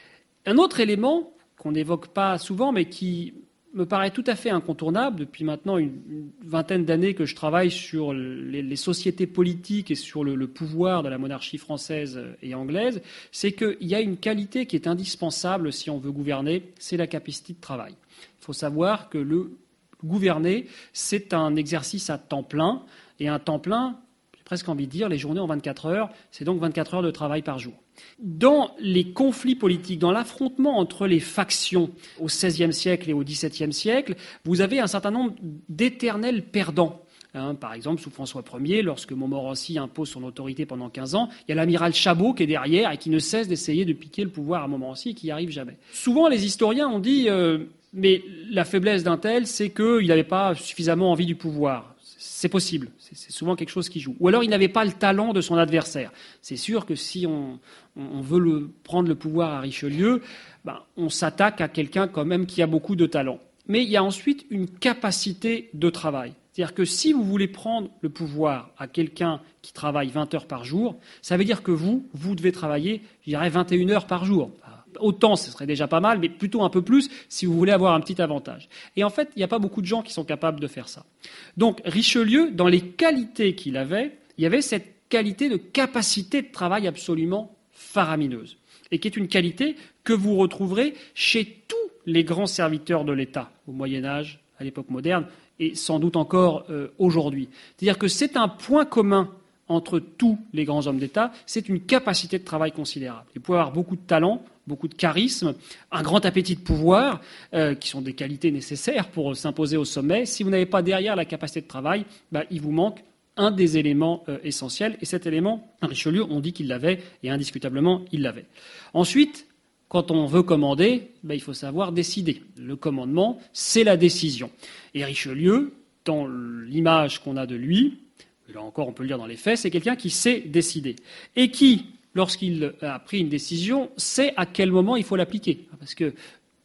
Un autre élément qu'on n'évoque pas souvent, mais qui me paraît tout à fait incontournable, depuis maintenant une vingtaine d'années que je travaille sur les sociétés politiques et sur le pouvoir de la monarchie française et anglaise, c'est qu'il y a une qualité qui est indispensable si on veut gouverner, c'est la capacité de travail. Il faut savoir que le gouverner, c'est un exercice à temps plein, et un temps plein, j'ai presque envie de dire, les journées en 24 heures, c'est donc 24 heures de travail par jour. Dans les conflits politiques, dans l'affrontement entre les factions au XVIe siècle et au XVIIe siècle, vous avez un certain nombre d'éternels perdants. Par exemple, sous François Ier, lorsque Montmorency impose son autorité pendant 15 ans, il y a l'amiral Chabot qui est derrière et qui ne cesse d'essayer de piquer le pouvoir à Montmorency et qui n'y arrive jamais. Souvent, les historiens ont dit mais la faiblesse d'un tel, c'est qu'il n'avait pas suffisamment envie du pouvoir. C'est possible, c'est souvent quelque chose qui joue. Ou alors il n'avait pas le talent de son adversaire. C'est sûr que si on veut prendre le pouvoir à Richelieu, on s'attaque à quelqu'un quand même qui a beaucoup de talent. Mais il y a ensuite une capacité de travail. C'est-à-dire que si vous voulez prendre le pouvoir à quelqu'un qui travaille 20 heures par jour, ça veut dire que vous devez travailler, je dirais, 21 heures par jour. Autant, ce serait déjà pas mal, mais plutôt un peu plus si vous voulez avoir un petit avantage. Et en fait, il n'y a pas beaucoup de gens qui sont capables de faire ça. Donc Richelieu, dans les qualités qu'il avait, il y avait cette qualité de capacité de travail absolument faramineuse, et qui est une qualité que vous retrouverez chez tous les grands serviteurs de l'État, au Moyen-Âge, à l'époque moderne, et sans doute encore aujourd'hui. C'est-à-dire que c'est un point commun entre tous les grands hommes d'État, c'est une capacité de travail considérable. Il faut avoir beaucoup de talent, beaucoup de charisme, un grand appétit de pouvoir, qui sont des qualités nécessaires pour s'imposer au sommet. Si vous n'avez pas derrière la capacité de travail, il vous manque un des éléments essentiels. Et cet élément, Richelieu, on dit qu'il l'avait, et indiscutablement, il l'avait. Ensuite, quand on veut commander, il faut savoir décider. Le commandement, c'est la décision. Et Richelieu, dans l'image qu'on a de lui, là encore on peut le lire dans les faits, c'est quelqu'un qui sait décider. Et qui, lorsqu'il a pris une décision, sait à quel moment il faut l'appliquer. Parce que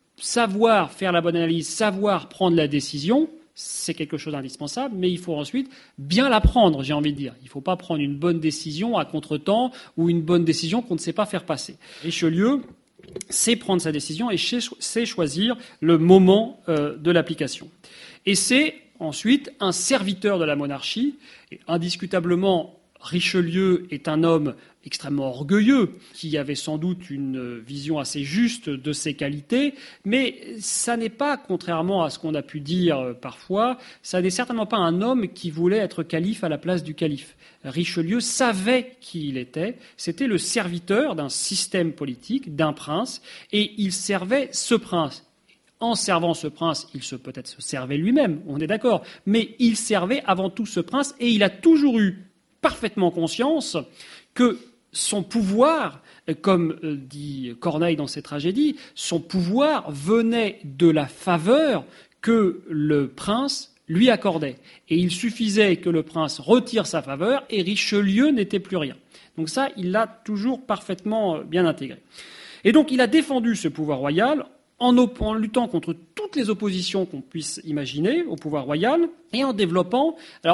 savoir faire la bonne analyse, savoir prendre la décision, c'est quelque chose d'indispensable, mais il faut ensuite bien la prendre, j'ai envie de dire. Il ne faut pas prendre une bonne décision à contre-temps ou une bonne décision qu'on ne sait pas faire passer. Richelieu sait prendre sa décision et sait choisir le moment de l'application. Et c'est ensuite un serviteur de la monarchie. Et indiscutablement, Richelieu est un homme extrêmement orgueilleux, qui avait sans doute une vision assez juste de ses qualités, mais ça n'est pas, contrairement à ce qu'on a pu dire parfois, ça n'est certainement pas un homme qui voulait être calife à la place du calife. Richelieu savait qui il était, c'était le serviteur d'un système politique, d'un prince, et il servait ce prince. En servant ce prince, peut-être se servait lui-même, on est d'accord, mais il servait avant tout ce prince, et il a toujours eu parfaitement conscience que son pouvoir, comme dit Corneille dans ses tragédies, son pouvoir venait de la faveur que le prince lui accordait. Et il suffisait que le prince retire sa faveur et Richelieu n'était plus rien. Donc ça, il l'a toujours parfaitement bien intégré. Et donc il a défendu ce pouvoir royal en luttant contre toutes les oppositions qu'on puisse imaginer au pouvoir royal et en développant... Alors,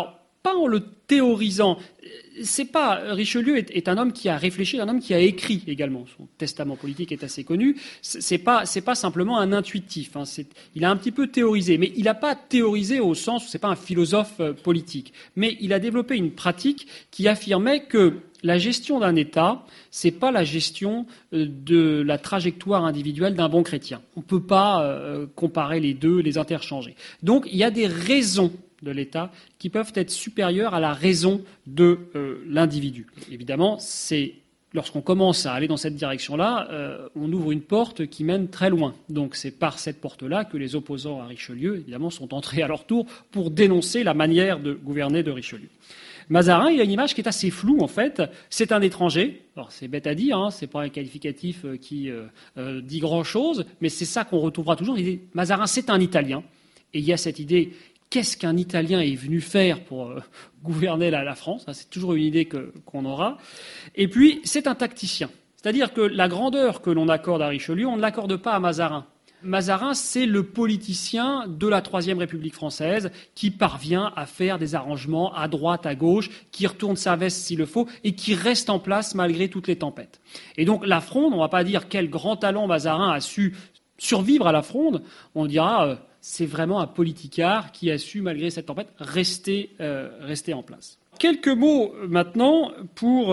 pas en le théorisant. C'est pas Richelieu est un homme qui a réfléchi, un homme qui a écrit également. Son testament politique est assez connu. C'est pas simplement un intuitif. Il a un petit peu théorisé, mais il n'a pas théorisé au sens où c'est pas un philosophe politique. Mais il a développé une pratique qui affirmait que la gestion d'un État, c'est pas la gestion de la trajectoire individuelle d'un bon chrétien. On ne peut pas comparer les deux, les interchanger. Donc il y a des raisons de l'État qui peuvent être supérieures à la raison de l'individu. Évidemment, lorsqu'on commence à aller dans cette direction-là, on ouvre une porte qui mène très loin. Donc c'est par cette porte-là que les opposants à Richelieu, évidemment, sont entrés à leur tour pour dénoncer la manière de gouverner de Richelieu. Mazarin, il a une image qui est assez floue, en fait. C'est un étranger. Alors, c'est bête à dire, c'est pas un qualificatif qui dit grand-chose, mais c'est ça qu'on retrouvera toujours. L'idée, Mazarin, c'est un Italien. Et il y a cette idée, qu'est-ce qu'un Italien est venu faire pour gouverner la France ? C'est toujours une idée qu'on aura. Et puis, c'est un tacticien. C'est-à-dire que la grandeur que l'on accorde à Richelieu, on ne l'accorde pas à Mazarin. Mazarin, c'est le politicien de la Troisième République française qui parvient à faire des arrangements à droite, à gauche, qui retourne sa veste s'il le faut et qui reste en place malgré toutes les tempêtes. Et donc la Fronde, on ne va pas dire quel grand talent Mazarin a su survivre à la Fronde, on dira c'est vraiment un politicard qui a su, malgré cette tempête, rester en place. Quelques mots maintenant pour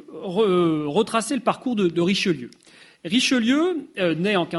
retracer le parcours de Richelieu. Richelieu naît en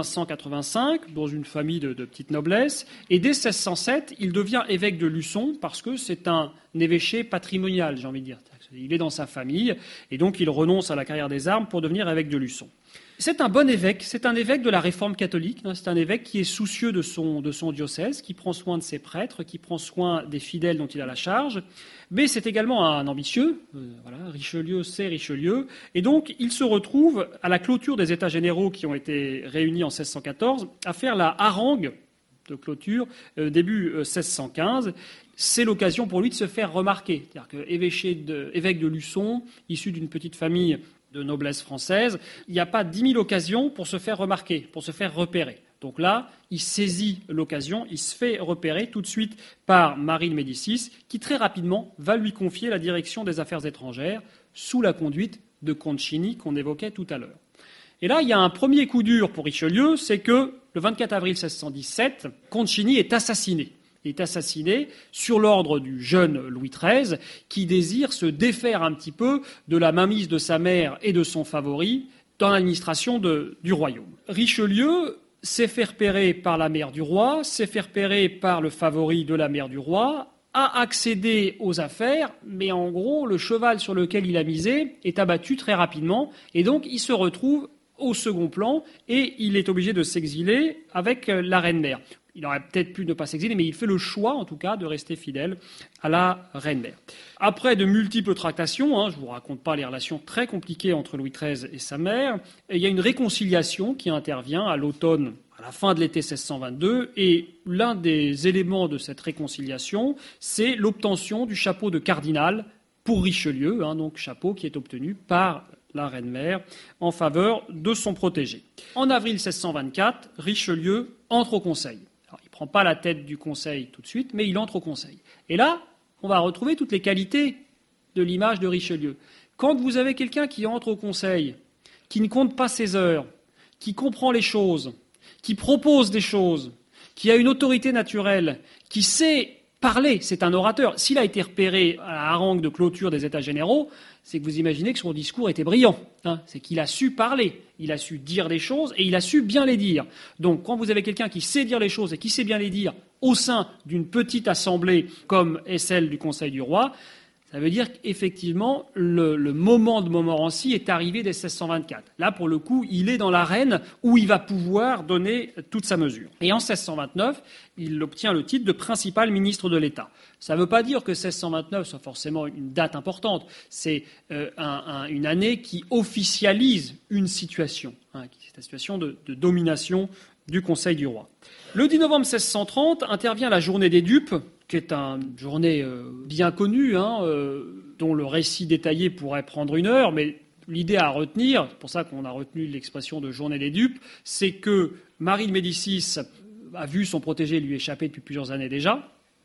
1585 dans une famille de petite noblesse et dès 1607, il devient évêque de Luçon parce que c'est un évêché patrimonial, j'ai envie de dire. Il est dans sa famille et donc il renonce à la carrière des armes pour devenir évêque de Luçon. C'est un bon évêque, c'est un évêque de la Réforme catholique, c'est un évêque qui est soucieux de son diocèse, qui prend soin de ses prêtres, qui prend soin des fidèles dont il a la charge, mais c'est également un ambitieux, Richelieu, c'est Richelieu, et donc il se retrouve à la clôture des États généraux qui ont été réunis en 1614 à faire la harangue de clôture début 1615. C'est l'occasion pour lui de se faire remarquer, c'est-à-dire que évêque de Luçon, issu d'une petite famille de noblesse française, il n'y a pas 10 000 occasions pour se faire remarquer, pour se faire repérer. Donc là, il saisit l'occasion, il se fait repérer tout de suite par Marie de Médicis, qui très rapidement va lui confier la direction des affaires étrangères sous la conduite de Concini qu'on évoquait tout à l'heure. Et là, il y a un premier coup dur pour Richelieu, c'est que le 24 avril 1617, Concini est assassiné. Il est assassiné sur l'ordre du jeune Louis XIII qui désire se défaire un petit peu de la mainmise de sa mère et de son favori dans l'administration du royaume. Richelieu s'est fait repérer par la mère du roi, s'est fait repérer par le favori de la mère du roi, a accédé aux affaires, mais en gros, le cheval sur lequel il a misé est abattu très rapidement et donc il se retrouve au second plan et il est obligé de s'exiler avec la reine-mère. Il aurait peut-être pu ne pas s'exiler, mais il fait le choix, en tout cas, de rester fidèle à la reine-mère. Après de multiples tractations, je ne vous raconte pas les relations très compliquées entre Louis XIII et sa mère, il y a une réconciliation qui intervient à l'automne, à la fin de l'été 1622, et l'un des éléments de cette réconciliation, c'est l'obtention du chapeau de cardinal pour Richelieu, donc chapeau qui est obtenu par la reine-mère en faveur de son protégé. En avril 1624, Richelieu entre au Conseil. Alors, il ne prend pas la tête du Conseil tout de suite, mais il entre au Conseil. Et là, on va retrouver toutes les qualités de l'image de Richelieu. Quand vous avez quelqu'un qui entre au Conseil, qui ne compte pas ses heures, qui comprend les choses, qui propose des choses, qui a une autorité naturelle, qui sait parler, c'est un orateur. S'il a été repéré à la harangue de clôture des États généraux, c'est que vous imaginez que son discours était brillant. C'est qu'il a su parler, il a su dire des choses et il a su bien les dire. Donc quand vous avez quelqu'un qui sait dire les choses et qui sait bien les dire au sein d'une petite assemblée comme est celle du Conseil du Roi, ça veut dire qu'effectivement, le moment de Montmorency est arrivé dès 1624. Là, pour le coup, il est dans l'arène où il va pouvoir donner toute sa mesure. Et en 1629, il obtient le titre de principal ministre de l'État. Ça ne veut pas dire que 1629 soit forcément une date importante. C'est une année qui officialise une situation, c'est la situation de domination du Conseil du Roi. Le 10 novembre 1630 intervient la journée des dupes, qui est une journée bien connue, dont le récit détaillé pourrait prendre une heure, mais l'idée à retenir, c'est pour ça qu'on a retenu l'expression de journée des dupes, c'est que Marie de Médicis a vu son protégé lui échapper depuis plusieurs années déjà,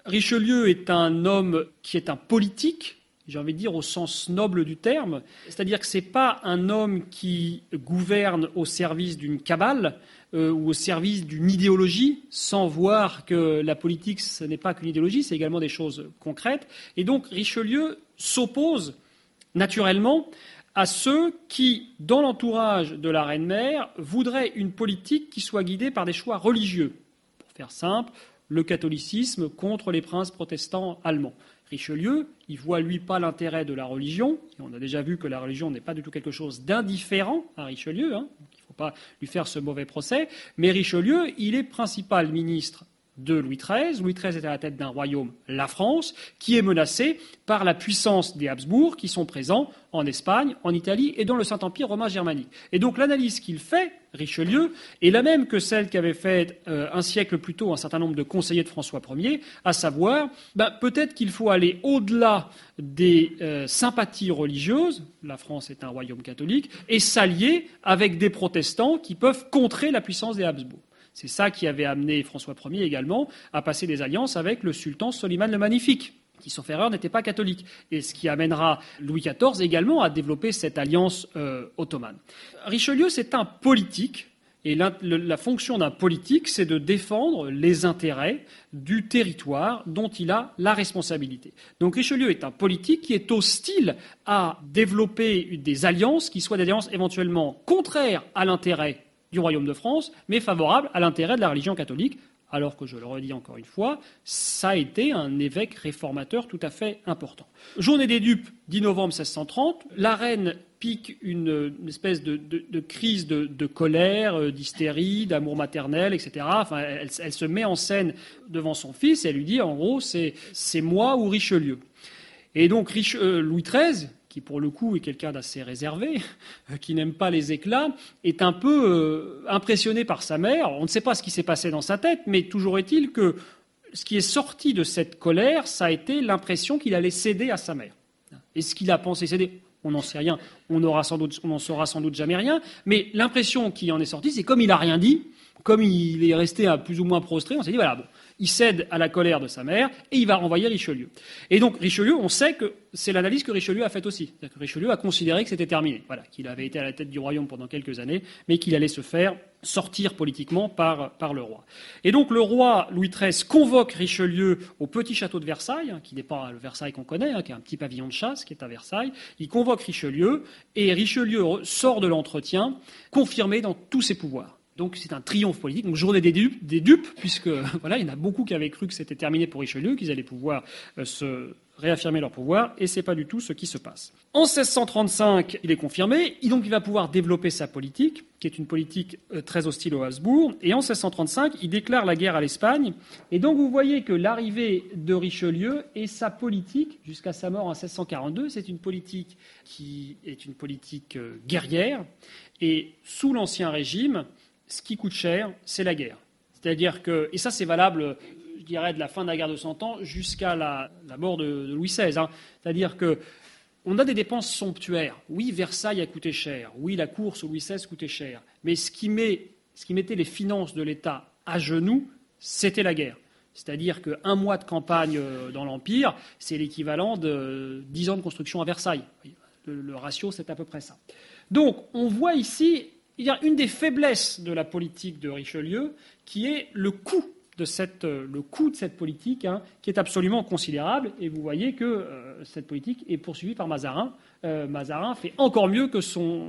Richelieu est un homme qui est un politique, j'ai envie de dire au sens noble du terme, c'est-à-dire que ce n'est pas un homme qui gouverne au service d'une cabale ou au service d'une idéologie, sans voir que la politique, ce n'est pas qu'une idéologie, c'est également des choses concrètes. Et donc Richelieu s'oppose naturellement à ceux qui, dans l'entourage de la reine-mère, voudraient une politique qui soit guidée par des choix religieux. Pour faire simple, le catholicisme contre les princes protestants allemands. Richelieu, il voit, lui, pas l'intérêt de la religion. Et on a déjà vu que la religion n'est pas du tout quelque chose d'indifférent à Richelieu. Donc il ne faut pas lui faire ce mauvais procès. Mais Richelieu, il est principal ministre de Louis XIII. Louis XIII est à la tête d'un royaume, la France, qui est menacé par la puissance des Habsbourg, qui sont présents en Espagne, en Italie et dans le Saint-Empire romain germanique. Et donc l'analyse qu'il fait, Richelieu, est la même que celle qu'avait faite un siècle plus tôt un certain nombre de conseillers de François Ier, à savoir, peut-être qu'il faut aller au-delà des sympathies religieuses, la France est un royaume catholique, et s'allier avec des protestants qui peuvent contrer la puissance des Habsbourg. C'est ça qui avait amené François Ier également à passer des alliances avec le sultan Soliman le Magnifique, qui, sauf erreur, n'était pas catholique. Et ce qui amènera Louis XIV également à développer cette alliance ottomane. Richelieu, c'est un politique. Et la fonction d'un politique, c'est de défendre les intérêts du territoire dont il a la responsabilité. Donc Richelieu est un politique qui est hostile à développer des alliances qui soient des alliances éventuellement contraires à l'intérêt du Royaume de France, mais favorable à l'intérêt de la religion catholique, alors que, je le redis encore une fois, ça a été un évêque réformateur tout à fait important. Journée des dupes, 10 novembre 1630, la reine pique une espèce de crise de colère, d'hystérie, d'amour maternel, etc. Enfin, elle se met en scène devant son fils et elle lui dit, en gros, c'est moi ou Richelieu. Et donc Louis XIII, qui pour le coup est quelqu'un d'assez réservé, qui n'aime pas les éclats, est un peu impressionné par sa mère. On ne sait pas ce qui s'est passé dans sa tête, mais toujours est-il que ce qui est sorti de cette colère, ça a été l'impression qu'il allait céder à sa mère. Est-ce qu'il a pensé céder ? On n'en sait rien, on n'en saura sans doute jamais rien, mais l'impression qui en est sortie, c'est comme il n'a rien dit, comme il est resté plus ou moins prostré, on s'est dit, voilà, bon, il cède à la colère de sa mère et il va renvoyer Richelieu. Et donc Richelieu, on sait que c'est l'analyse que Richelieu a faite aussi. C'est-à-dire que Richelieu a considéré que c'était terminé, voilà, qu'il avait été à la tête du royaume pendant quelques années, mais qu'il allait se faire sortir politiquement par le roi. Et donc le roi Louis XIII convoque Richelieu au petit château de Versailles, qui n'est pas le Versailles qu'on connaît, qui est un petit pavillon de chasse qui est à Versailles. Il convoque Richelieu et Richelieu sort de l'entretien confirmé dans tous ses pouvoirs. Donc c'est un triomphe politique, donc journée des dupes, puisque voilà, il y en a beaucoup qui avaient cru que c'était terminé pour Richelieu, qu'ils allaient pouvoir se réaffirmer leur pouvoir, et c'est pas du tout ce qui se passe. En 1635, il est confirmé, et donc il va pouvoir développer sa politique, qui est une politique très hostile aux Habsbourg, et en 1635, il déclare la guerre à l'Espagne, et donc vous voyez que l'arrivée de Richelieu et sa politique, jusqu'à sa mort en 1642, c'est une politique qui est une politique guerrière, et sous l'Ancien Régime, ce qui coûte cher, c'est la guerre. C'est-à-dire que, et ça c'est valable, je dirais, de la fin de la guerre de 100 ans jusqu'à la mort de Louis XVI. C'est-à-dire qu'on a des dépenses somptuaires. Oui, Versailles a coûté cher. Oui, la course au Louis XVI coûtait cher. Mais ce qui mettait les finances de l'État à genoux, c'était la guerre. C'est-à-dire qu'un mois de campagne dans l'Empire, c'est l'équivalent de 10 ans de construction à Versailles. Le ratio, c'est à peu près ça. Donc, on voit ici... Il y a une des faiblesses de la politique de Richelieu qui est le coût de cette politique, qui est absolument considérable. Et vous voyez que cette politique est poursuivie par Mazarin. Mazarin fait encore mieux que son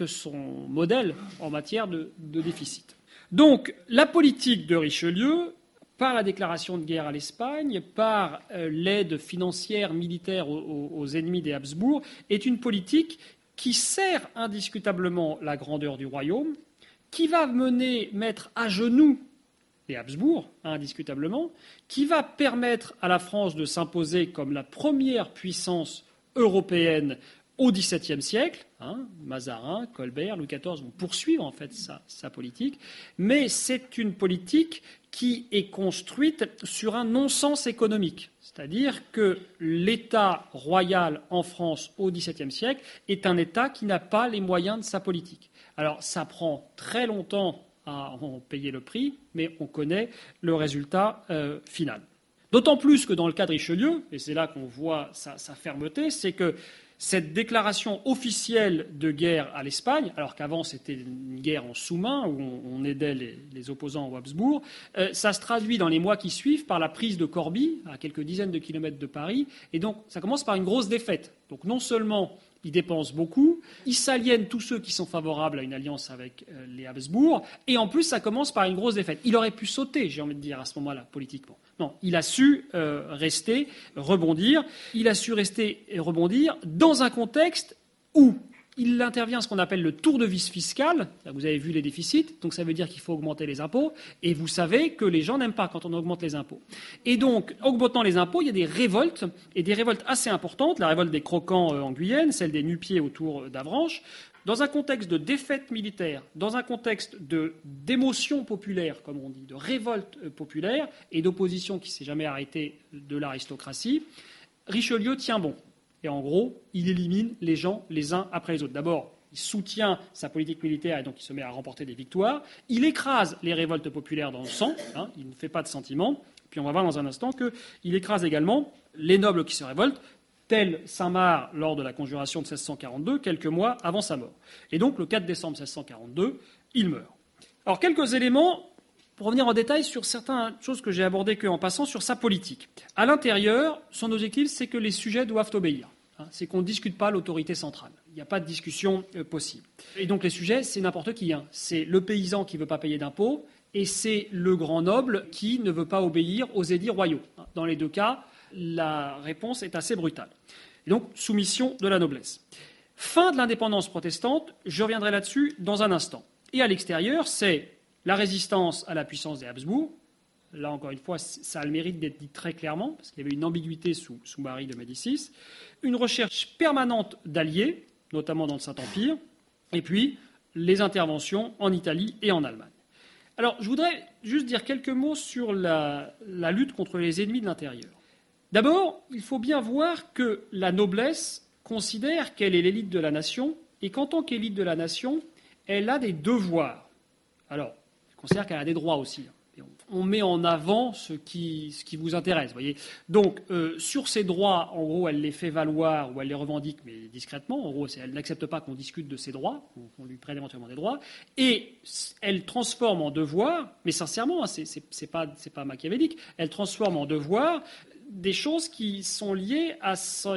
modèle en matière de déficit. Donc la politique de Richelieu, par la déclaration de guerre à l'Espagne, par l'aide financière, militaire aux ennemis des Habsbourg, est une politique qui sert indiscutablement la grandeur du royaume, qui va mettre à genoux les Habsbourg, indiscutablement, qui va permettre à la France de s'imposer comme la première puissance européenne au XVIIe siècle. Mazarin, Colbert, Louis XIV vont poursuivre en fait sa politique, mais c'est une politique qui est construite sur un non-sens économique. C'est-à-dire que l'État royal en France au XVIIe siècle est un État qui n'a pas les moyens de sa politique. Alors ça prend très longtemps à en payer le prix, mais on connaît le résultat final. D'autant plus que dans le cas de Richelieu, et c'est là qu'on voit sa fermeté, c'est que cette déclaration officielle de guerre à l'Espagne, alors qu'avant c'était une guerre en sous-main où on aidait les opposants aux Habsbourg, ça se traduit dans les mois qui suivent par la prise de Corbie, à quelques dizaines de kilomètres de Paris, et donc ça commence par une grosse défaite. Donc non seulement il dépense beaucoup, il s'aliène tous ceux qui sont favorables à une alliance avec les Habsbourg, et en plus ça commence par une grosse défaite. Il aurait pu sauter, j'ai envie de dire, à ce moment-là, politiquement. Non, il a su rester, rebondir. Il a su rester et rebondir dans un contexte où il intervient à ce qu'on appelle le tour de vis fiscal. Vous avez vu les déficits, donc ça veut dire qu'il faut augmenter les impôts. Et vous savez que les gens n'aiment pas quand on augmente les impôts. Et donc, augmentant les impôts, il y a des révoltes, et des révoltes assez importantes. La révolte des Croquants en Guyenne, celle des Nu-Pieds autour d'Avranches. Dans un contexte de défaite militaire, dans un contexte d'émotion populaire, comme on dit, de révolte populaire et d'opposition qui ne s'est jamais arrêtée de l'aristocratie, Richelieu tient bon. Et en gros, il élimine les gens les uns après les autres. D'abord, il soutient sa politique militaire et donc il se met à remporter des victoires. Il écrase les révoltes populaires dans le sang, il ne fait pas de sentiments. Puis on va voir dans un instant qu'il écrase également les nobles qui se révoltent, tel Saint-Marc lors de la conjuration de 1642, quelques mois avant sa mort. Et donc, le 4 décembre 1642, il meurt. Alors, quelques éléments pour revenir en détail sur certaines choses que j'ai abordées qu'en passant sur sa politique. À l'intérieur, son objectif, c'est que les sujets doivent obéir. C'est qu'on ne discute pas l'autorité centrale. Il n'y a pas de discussion possible. Et donc, les sujets, c'est n'importe qui. C'est le paysan qui ne veut pas payer d'impôts et c'est le grand noble qui ne veut pas obéir aux édits royaux. Dans les deux cas, la réponse est assez brutale. Et donc, soumission de la noblesse. Fin de l'indépendance protestante, je reviendrai là-dessus dans un instant. Et à l'extérieur, c'est la résistance à la puissance des Habsbourg. Là, encore une fois, ça a le mérite d'être dit très clairement, parce qu'il y avait une ambiguïté sous Marie de Médicis. Une recherche permanente d'alliés, notamment dans le Saint-Empire. Et puis, les interventions en Italie et en Allemagne. Alors, je voudrais juste dire quelques mots sur la lutte contre les ennemis de l'intérieur. D'abord, il faut bien voir que la noblesse considère qu'elle est l'élite de la nation et qu'en tant qu'élite de la nation, elle a des devoirs. Alors, elle considère qu'elle a des droits aussi. On met en avant ce qui vous intéresse. Voyez. Donc, sur ses droits, en gros, elle les fait valoir ou elle les revendique, mais discrètement. En gros, elle n'accepte pas qu'on discute de ses droits, qu'on lui prenne éventuellement des droits. Et elle transforme en devoir, mais sincèrement, c'est pas machiavélique, elle transforme en devoir des choses qui sont liées à son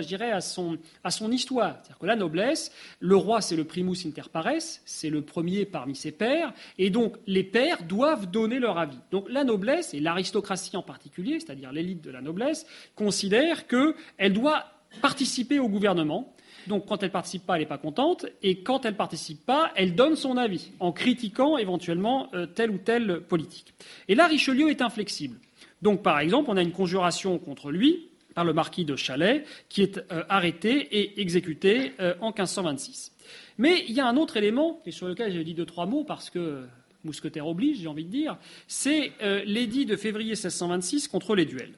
histoire. C'est-à-dire que la noblesse, le roi, c'est le primus inter pares, c'est le premier parmi ses pairs, et donc les pairs doivent donner leur avis. Donc la noblesse, et l'aristocratie en particulier, c'est-à-dire l'élite de la noblesse, considère qu'elle doit participer au gouvernement. Donc quand elle ne participe pas, elle n'est pas contente, et quand elle ne participe pas, elle donne son avis, en critiquant éventuellement telle ou telle politique. Et là, Richelieu est inflexible. Donc, par exemple, on a une conjuration contre lui par le marquis de Chalais, qui est arrêté et exécuté en 1526. Mais il y a un autre élément, et sur lequel j'ai dit 2-3 mots, parce que mousquetaire oblige, j'ai envie de dire, c'est l'édit de février 1626 contre les duels.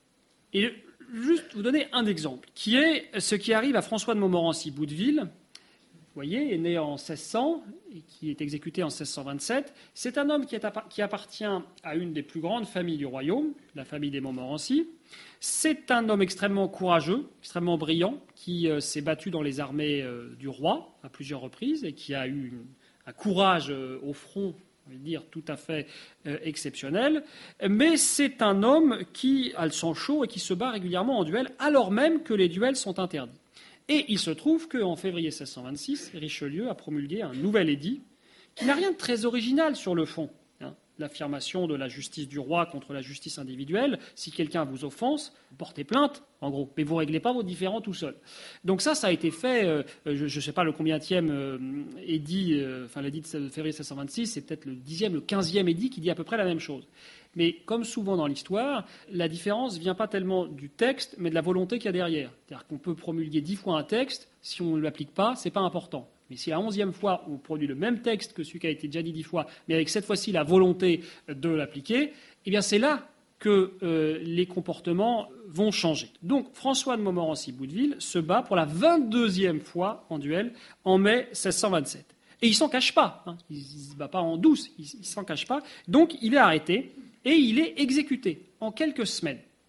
Et juste vous donner un exemple, qui est ce qui arrive à François de Montmorency-Bouteville. Vous voyez, est né en 1600 et qui est exécuté en 1627. C'est un homme qui appartient à une des plus grandes familles du royaume, la famille des Montmorency. C'est un homme extrêmement courageux, extrêmement brillant, qui s'est battu dans les armées du roi à plusieurs reprises et qui a eu un courage au front, on va dire, tout à fait exceptionnel. Mais c'est un homme qui a le sang chaud et qui se bat régulièrement en duel, alors même que les duels sont interdits. Et il se trouve qu'en février 1626, Richelieu a promulgué un nouvel édit qui n'a rien de très original sur le fond. L'affirmation de la justice du roi contre la justice individuelle. Si quelqu'un vous offense, vous portez plainte, en gros, mais vous ne réglez pas vos différends tout seul. Donc ça a été fait, je ne sais pas le combienième édit, l'édit de février 1626, c'est peut-être le 10e, le 15e édit qui dit à peu près la même chose. Mais comme souvent dans l'histoire, la différence ne vient pas tellement du texte, mais de la volonté qu'il y a derrière. C'est-à-dire qu'on peut promulguer 10 fois un texte, si on ne l'applique pas, ce n'est pas important. Mais si la 11e fois, on produit le même texte que celui qui a été déjà dit 10 fois, mais avec cette fois-ci la volonté de l'appliquer, eh bien c'est là que les comportements vont changer. Donc François de Montmorency-Bouteville se bat pour la 22e fois en duel en mai 1627. Et il ne s'en cache pas. Il ne se bat pas en douce, il ne s'en cache pas. Donc il est arrêté et il est exécuté en quelques semaines.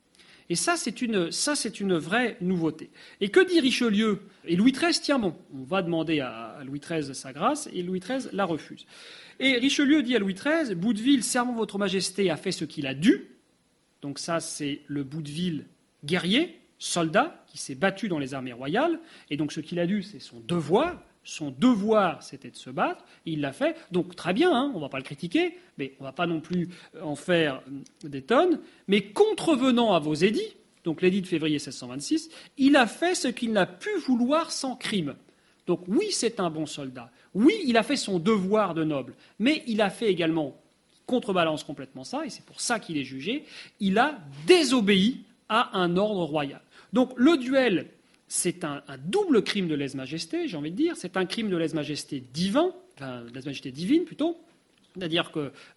Et ça, c'est une vraie nouveauté. Et que dit Richelieu? Et Louis XIII tient bon. On va demander à Louis XIII sa grâce, et Louis XIII la refuse. Et Richelieu dit à Louis XIII, Bouteville, servant votre majesté, a fait ce qu'il a dû. Donc ça, c'est le Bouteville guerrier, soldat, qui s'est battu dans les armées royales. Et donc ce qu'il a dû, c'est son devoir. Son devoir, c'était de se battre, et il l'a fait. Donc très bien, on ne va pas le critiquer, mais on ne va pas non plus en faire des tonnes. Mais contrevenant à vos édits, donc l'édit de février 1626, il a fait ce qu'il n'a pu vouloir sans crime. Donc oui, c'est un bon soldat. Oui, il a fait son devoir de noble. Mais il a fait également, contrebalance complètement ça, et c'est pour ça qu'il est jugé, il a désobéi à un ordre royal. Donc le duel, c'est un double crime de lèse-majesté, j'ai envie de dire. C'est un crime de lèse-majesté divin, enfin de lèse-majesté divine plutôt. C'est-à-dire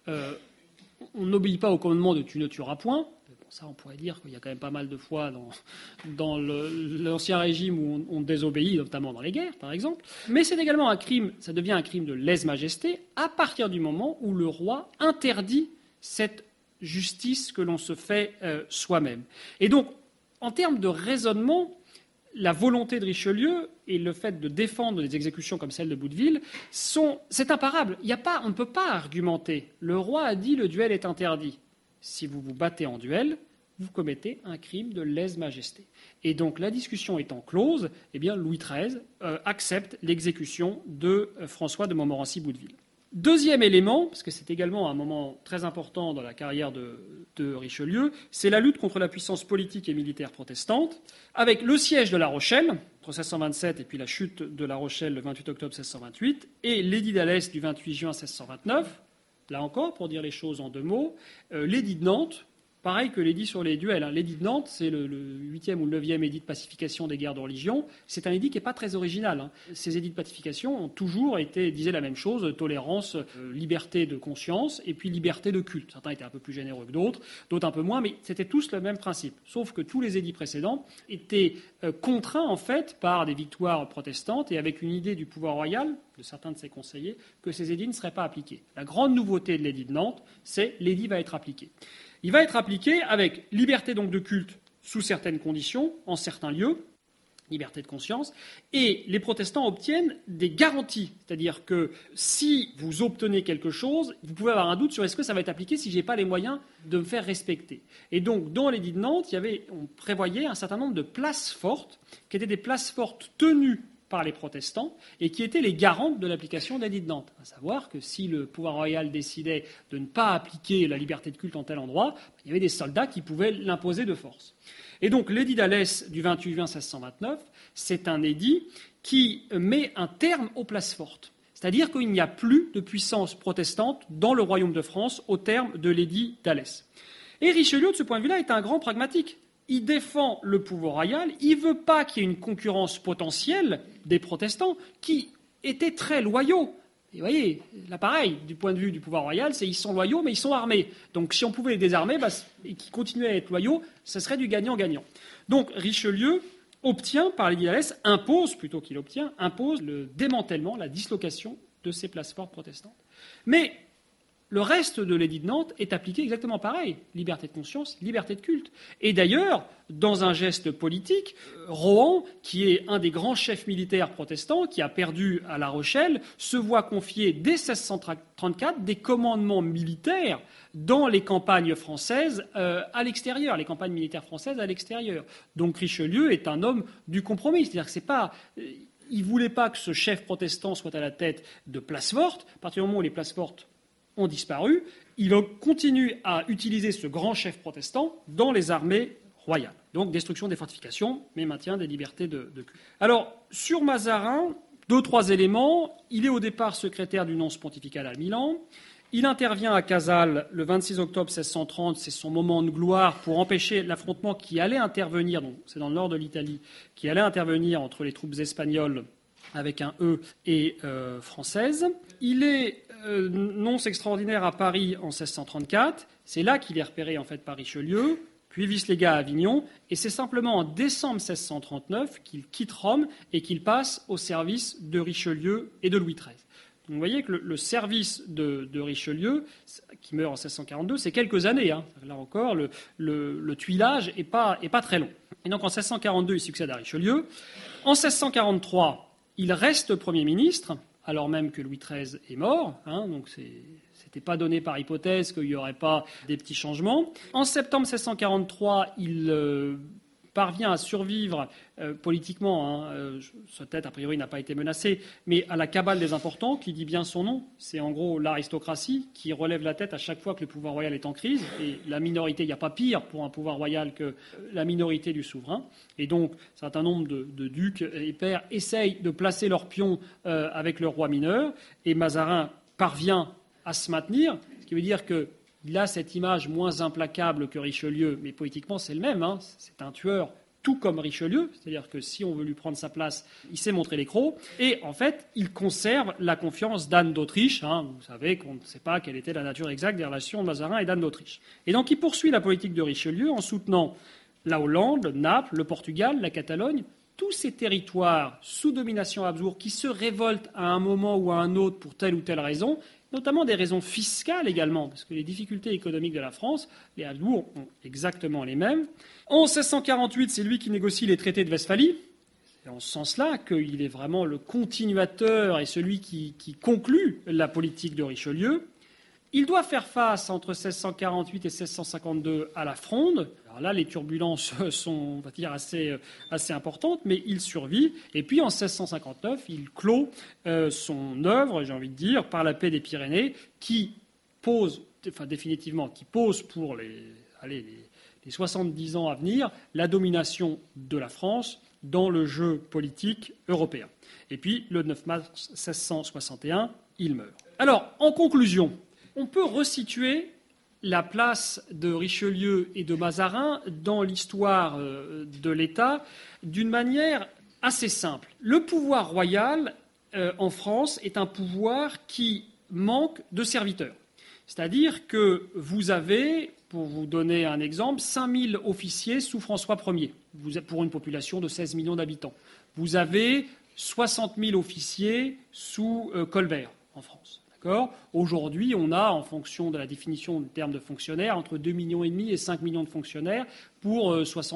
qu'on n'obéit pas au commandement de tu ne tueras point. Bon, ça, on pourrait dire qu'il y a quand même pas mal de fois dans l'Ancien Régime où on désobéit, notamment dans les guerres, par exemple. Mais c'est également un crime, ça devient un crime de lèse-majesté à partir du moment où le roi interdit cette justice que l'on se fait soi-même. Et donc, en termes de raisonnement, la volonté de Richelieu et le fait de défendre des exécutions comme celle de Bouteville, c'est imparable. On ne peut pas argumenter. Le roi a dit le duel est interdit. Si vous vous battez en duel, vous commettez un crime de lèse-majesté. Et donc la discussion étant close, eh bien, Louis XIII accepte l'exécution de François de Montmorency-Bouteville. Deuxième élément, parce que c'est également un moment très important dans la carrière de Richelieu, c'est la lutte contre la puissance politique et militaire protestante, avec le siège de La Rochelle, entre 1627 et puis la chute de La Rochelle le 28 octobre 1628, et l'édit d'Alès du 28 juin 1629, là encore, pour dire les choses en deux mots, l'édit de Nantes, pareil que l'édit sur les duels. L'édit de Nantes, c'est le 8e ou le 9e édit de pacification des guerres de religion. C'est un édit qui n'est pas très original. Ces édits de pacification ont toujours disaient la même chose, tolérance, liberté de conscience et puis liberté de culte. Certains étaient un peu plus généreux que d'autres un peu moins, mais c'était tous le même principe. Sauf que tous les édits précédents étaient contraints, en fait, par des victoires protestantes et avec une idée du pouvoir royal, de certains de ses conseillers, que ces édits ne seraient pas appliqués. La grande nouveauté de l'édit de Nantes, c'est l'édit va être appliqué. Il va être appliqué avec liberté donc de culte sous certaines conditions, en certains lieux, liberté de conscience, et les protestants obtiennent des garanties. C'est-à-dire que si vous obtenez quelque chose, vous pouvez avoir un doute sur est-ce que ça va être appliqué si je n'ai pas les moyens de me faire respecter. Et donc, dans l'édit de Nantes, on prévoyait un certain nombre de places fortes, qui étaient des places fortes tenues par les protestants et qui étaient les garantes de l'application de l'édit de Nantes. À savoir que si le pouvoir royal décidait de ne pas appliquer la liberté de culte en tel endroit, il y avait des soldats qui pouvaient l'imposer de force. Et donc l'édit d'Alès du 28 juin 1629, c'est un édit qui met un terme aux places fortes. C'est-à-dire qu'il n'y a plus de puissance protestante dans le royaume de France au terme de l'édit d'Alès. Et Richelieu, de ce point de vue-là, est un grand pragmatique. Il défend le pouvoir royal, il ne veut pas qu'il y ait une concurrence potentielle des protestants qui étaient très loyaux. Et vous voyez, là pareil, du point de vue du pouvoir royal, ils sont loyaux mais ils sont armés. Donc si on pouvait les désarmer et qu'ils continuaient à être loyaux, ce serait du gagnant-gagnant. Donc Richelieu obtient, par l'édit d'Alès, impose le démantèlement, la dislocation de ces places fortes protestantes. Mais le reste de l'édit de Nantes est appliqué exactement pareil. Liberté de conscience, liberté de culte. Et d'ailleurs, dans un geste politique, Rohan, qui est un des grands chefs militaires protestants, qui a perdu à La Rochelle, se voit confier dès 1634 des commandements militaires dans les campagnes françaises à l'extérieur, les campagnes militaires françaises à l'extérieur. Donc Richelieu est un homme du compromis. C'est-à-dire que c'est pas... Il ne voulait pas que ce chef protestant soit à la tête de places fortes. À partir du moment où les places fortes ont disparu, il continue à utiliser ce grand chef protestant dans les armées royales. Donc destruction des fortifications, mais maintien des libertés de culte. Alors, sur Mazarin, 2-3 éléments. Il est au départ secrétaire du nonce pontifical à Milan. Il intervient à Casale le 26 octobre 1630, c'est son moment de gloire pour empêcher l'affrontement qui allait intervenir, donc c'est dans le nord de l'Italie, qui allait intervenir entre les troupes espagnoles avec un E et françaises. Il est nonce extraordinaire à Paris en 1634. C'est là qu'il est repéré en fait par Richelieu, puis vice-légat à Avignon. Et c'est simplement en décembre 1639 qu'il quitte Rome et qu'il passe au service de Richelieu et de Louis XIII. Donc vous voyez que service de Richelieu, qui meurt en 1642, c'est quelques années. Là encore, le tuilage n'est pas très long. Et donc en 1642, il succède à Richelieu. En 1643, il reste Premier ministre, alors même que Louis XIII est mort. Donc c'était pas donné par hypothèse qu'il n'y aurait pas des petits changements. En septembre 1643, il parvient à survivre politiquement. Sa tête, a priori, n'a pas été menacée, mais à la cabale des importants, qui dit bien son nom. C'est en gros l'aristocratie qui relève la tête à chaque fois que le pouvoir royal est en crise. Et la minorité, il n'y a pas pire pour un pouvoir royal que la minorité du souverain. Et donc, un certain nombre de ducs et pairs essayent de placer leurs pions avec le roi mineur. Et Mazarin parvient à se maintenir, ce qui veut dire qu'il a cette image moins implacable que Richelieu, mais politiquement c'est le même. C'est un tueur tout comme Richelieu, c'est-à-dire que si on veut lui prendre sa place, il sait montrer les crocs. Et en fait, il conserve la confiance d'Anne d'Autriche. Vous savez qu'on ne sait pas quelle était la nature exacte des relations de Mazarin et d'Anne d'Autriche. Et donc il poursuit la politique de Richelieu en soutenant la Hollande, Naples, le Portugal, la Catalogne, tous ces territoires sous domination Habsbourg qui se révoltent à un moment ou à un autre pour telle ou telle raison, notamment des raisons fiscales également, parce que les difficultés économiques de la France, les Habsbourg ont exactement les mêmes. En 1648, c'est lui qui négocie les traités de Westphalie. C'est en ce sens-là qu'il est vraiment le continuateur et celui qui conclut la politique de Richelieu. Il doit faire face entre 1648 et 1652 à la Fronde. Alors là, les turbulences sont, on va dire, assez importantes, mais il survit. Et puis en 1659, il clôt son œuvre, j'ai envie de dire, par la paix des Pyrénées, qui pose pour les 70 ans à venir la domination de la France dans le jeu politique européen. Et puis, le 9 mars 1661, il meurt. Alors, en conclusion, on peut resituer la place de Richelieu et de Mazarin dans l'histoire de l'État d'une manière assez simple. Le pouvoir royal en France est un pouvoir qui manque de serviteurs. C'est-à-dire que vous avez, pour vous donner un exemple, 5000 officiers sous François Ier, pour une population de 16 millions d'habitants. Vous avez 60 000 officiers sous Colbert en France. Aujourd'hui, on a, en fonction de la définition du terme de fonctionnaire, entre 2,5 millions et 5 millions de fonctionnaires pour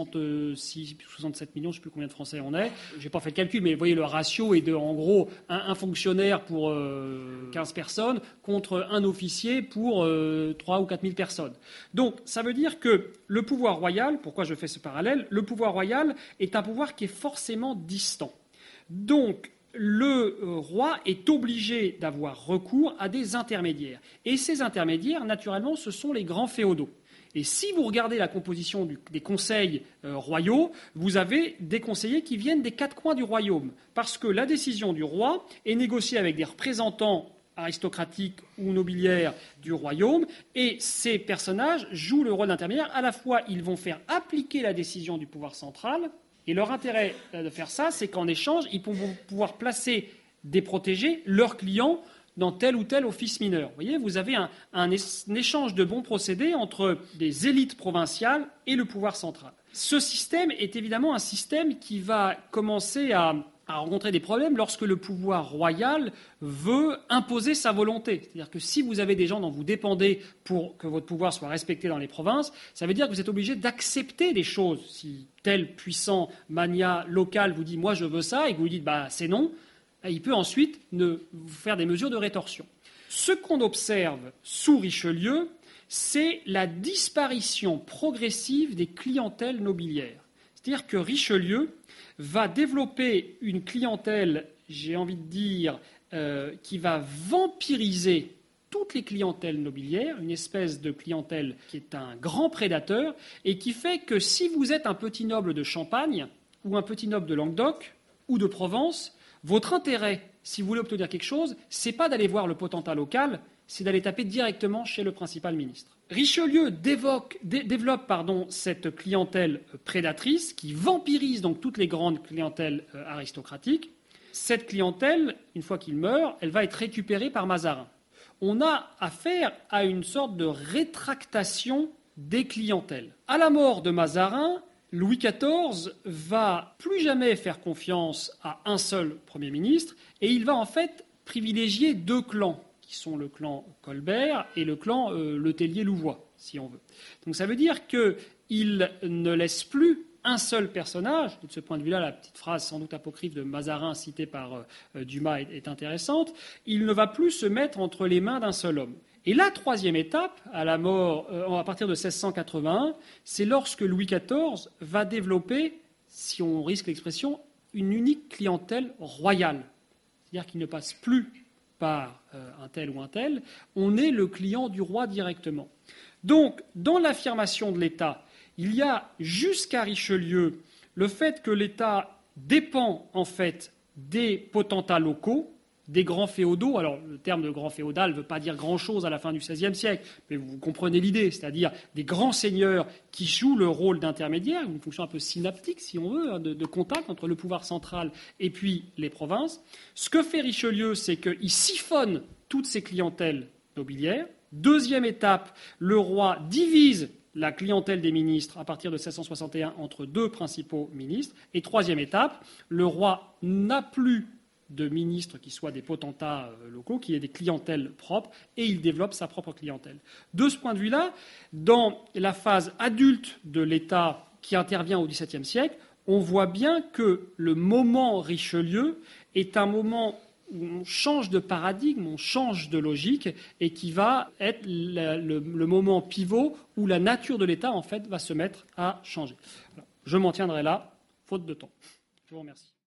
66, 67 millions, je ne sais plus combien de Français on est. Je n'ai pas fait le calcul, mais vous voyez, le ratio est de, en gros, un fonctionnaire pour 15 personnes contre un officier pour 3 ou 4 000 personnes. Donc, ça veut dire que le pouvoir royal, pourquoi je fais ce parallèle, le pouvoir royal est un pouvoir qui est forcément distant. Donc, le roi est obligé d'avoir recours à des intermédiaires. Et ces intermédiaires, naturellement, ce sont les grands féodaux. Et si vous regardez la composition des conseils royaux, vous avez des conseillers qui viennent des quatre coins du royaume. Parce que la décision du roi est négociée avec des représentants aristocratiques ou nobiliaires du royaume. Et ces personnages jouent le rôle d'intermédiaire. À la fois, ils vont faire appliquer la décision du pouvoir central. Et leur intérêt de faire ça, c'est qu'en échange, ils vont pouvoir placer des protégés, leurs clients, dans tel ou tel office mineur. Vous voyez, vous avez un échange de bons procédés entre des élites provinciales et le pouvoir central. Ce système est évidemment un système qui va commencer à rencontrer des problèmes lorsque le pouvoir royal veut imposer sa volonté. C'est-à-dire que si vous avez des gens dont vous dépendez pour que votre pouvoir soit respecté dans les provinces, ça veut dire que vous êtes obligé d'accepter des choses. Si tel puissant mania local vous dit « moi je veux ça » et que vous lui dites « c'est non », il peut ensuite vous faire des mesures de rétorsion. Ce qu'on observe sous Richelieu, c'est la disparition progressive des clientèles nobiliaires. C'est-à-dire que Richelieu va développer une clientèle, j'ai envie de dire, qui va vampiriser toutes les clientèles nobiliaires, une espèce de clientèle qui est un grand prédateur et qui fait que si vous êtes un petit noble de Champagne ou un petit noble de Languedoc ou de Provence, votre intérêt, si vous voulez obtenir quelque chose, c'est pas d'aller voir le potentat local, c'est d'aller taper directement chez le principal ministre. Richelieu développe cette clientèle prédatrice qui vampirise donc toutes les grandes clientèles aristocratiques. Cette clientèle, une fois qu'il meurt, elle va être récupérée par Mazarin. On a affaire à une sorte de rétractation des clientèles. À la mort de Mazarin, Louis XIV va plus jamais faire confiance à un seul Premier ministre et il va en fait privilégier deux clans, qui sont le clan Colbert et le clan Le Tellier-Louvois, si on veut. Donc ça veut dire qu'il ne laisse plus un seul personnage, et de ce point de vue-là, la petite phrase sans doute apocryphe de Mazarin citée par Dumas est intéressante, il ne va plus se mettre entre les mains d'un seul homme. Et la troisième étape, à la mort, à partir de 1681, c'est lorsque Louis XIV va développer, si on risque l'expression, une unique clientèle royale. C'est-à-dire qu'il ne passe plus par un tel ou un tel, on est le client du roi directement. Donc, dans l'affirmation de l'État, il y a jusqu'à Richelieu le fait que l'État dépend en fait des potentats locaux, des grands féodaux. Alors, le terme de grand féodal ne veut pas dire grand-chose à la fin du XVIe siècle, mais vous comprenez l'idée, c'est-à-dire des grands seigneurs qui jouent le rôle d'intermédiaire, une fonction un peu synaptique, si on veut, de contact entre le pouvoir central et puis les provinces. Ce que fait Richelieu, c'est qu'il siphonne toutes ces clientèles nobiliaires. Deuxième étape, le roi divise la clientèle des ministres à partir de 1661 entre deux principaux ministres. Et troisième étape, le roi n'a plus de ministres qui soient des potentats locaux, qui aient des clientèles propres, et il développe sa propre clientèle. De ce point de vue-là, dans la phase adulte de l'État qui intervient au XVIIe siècle, on voit bien que le moment Richelieu est un moment où on change de paradigme, on change de logique, et qui va être le moment pivot où la nature de l'État, en fait, va se mettre à changer. Alors, je m'en tiendrai là, faute de temps. Je vous remercie.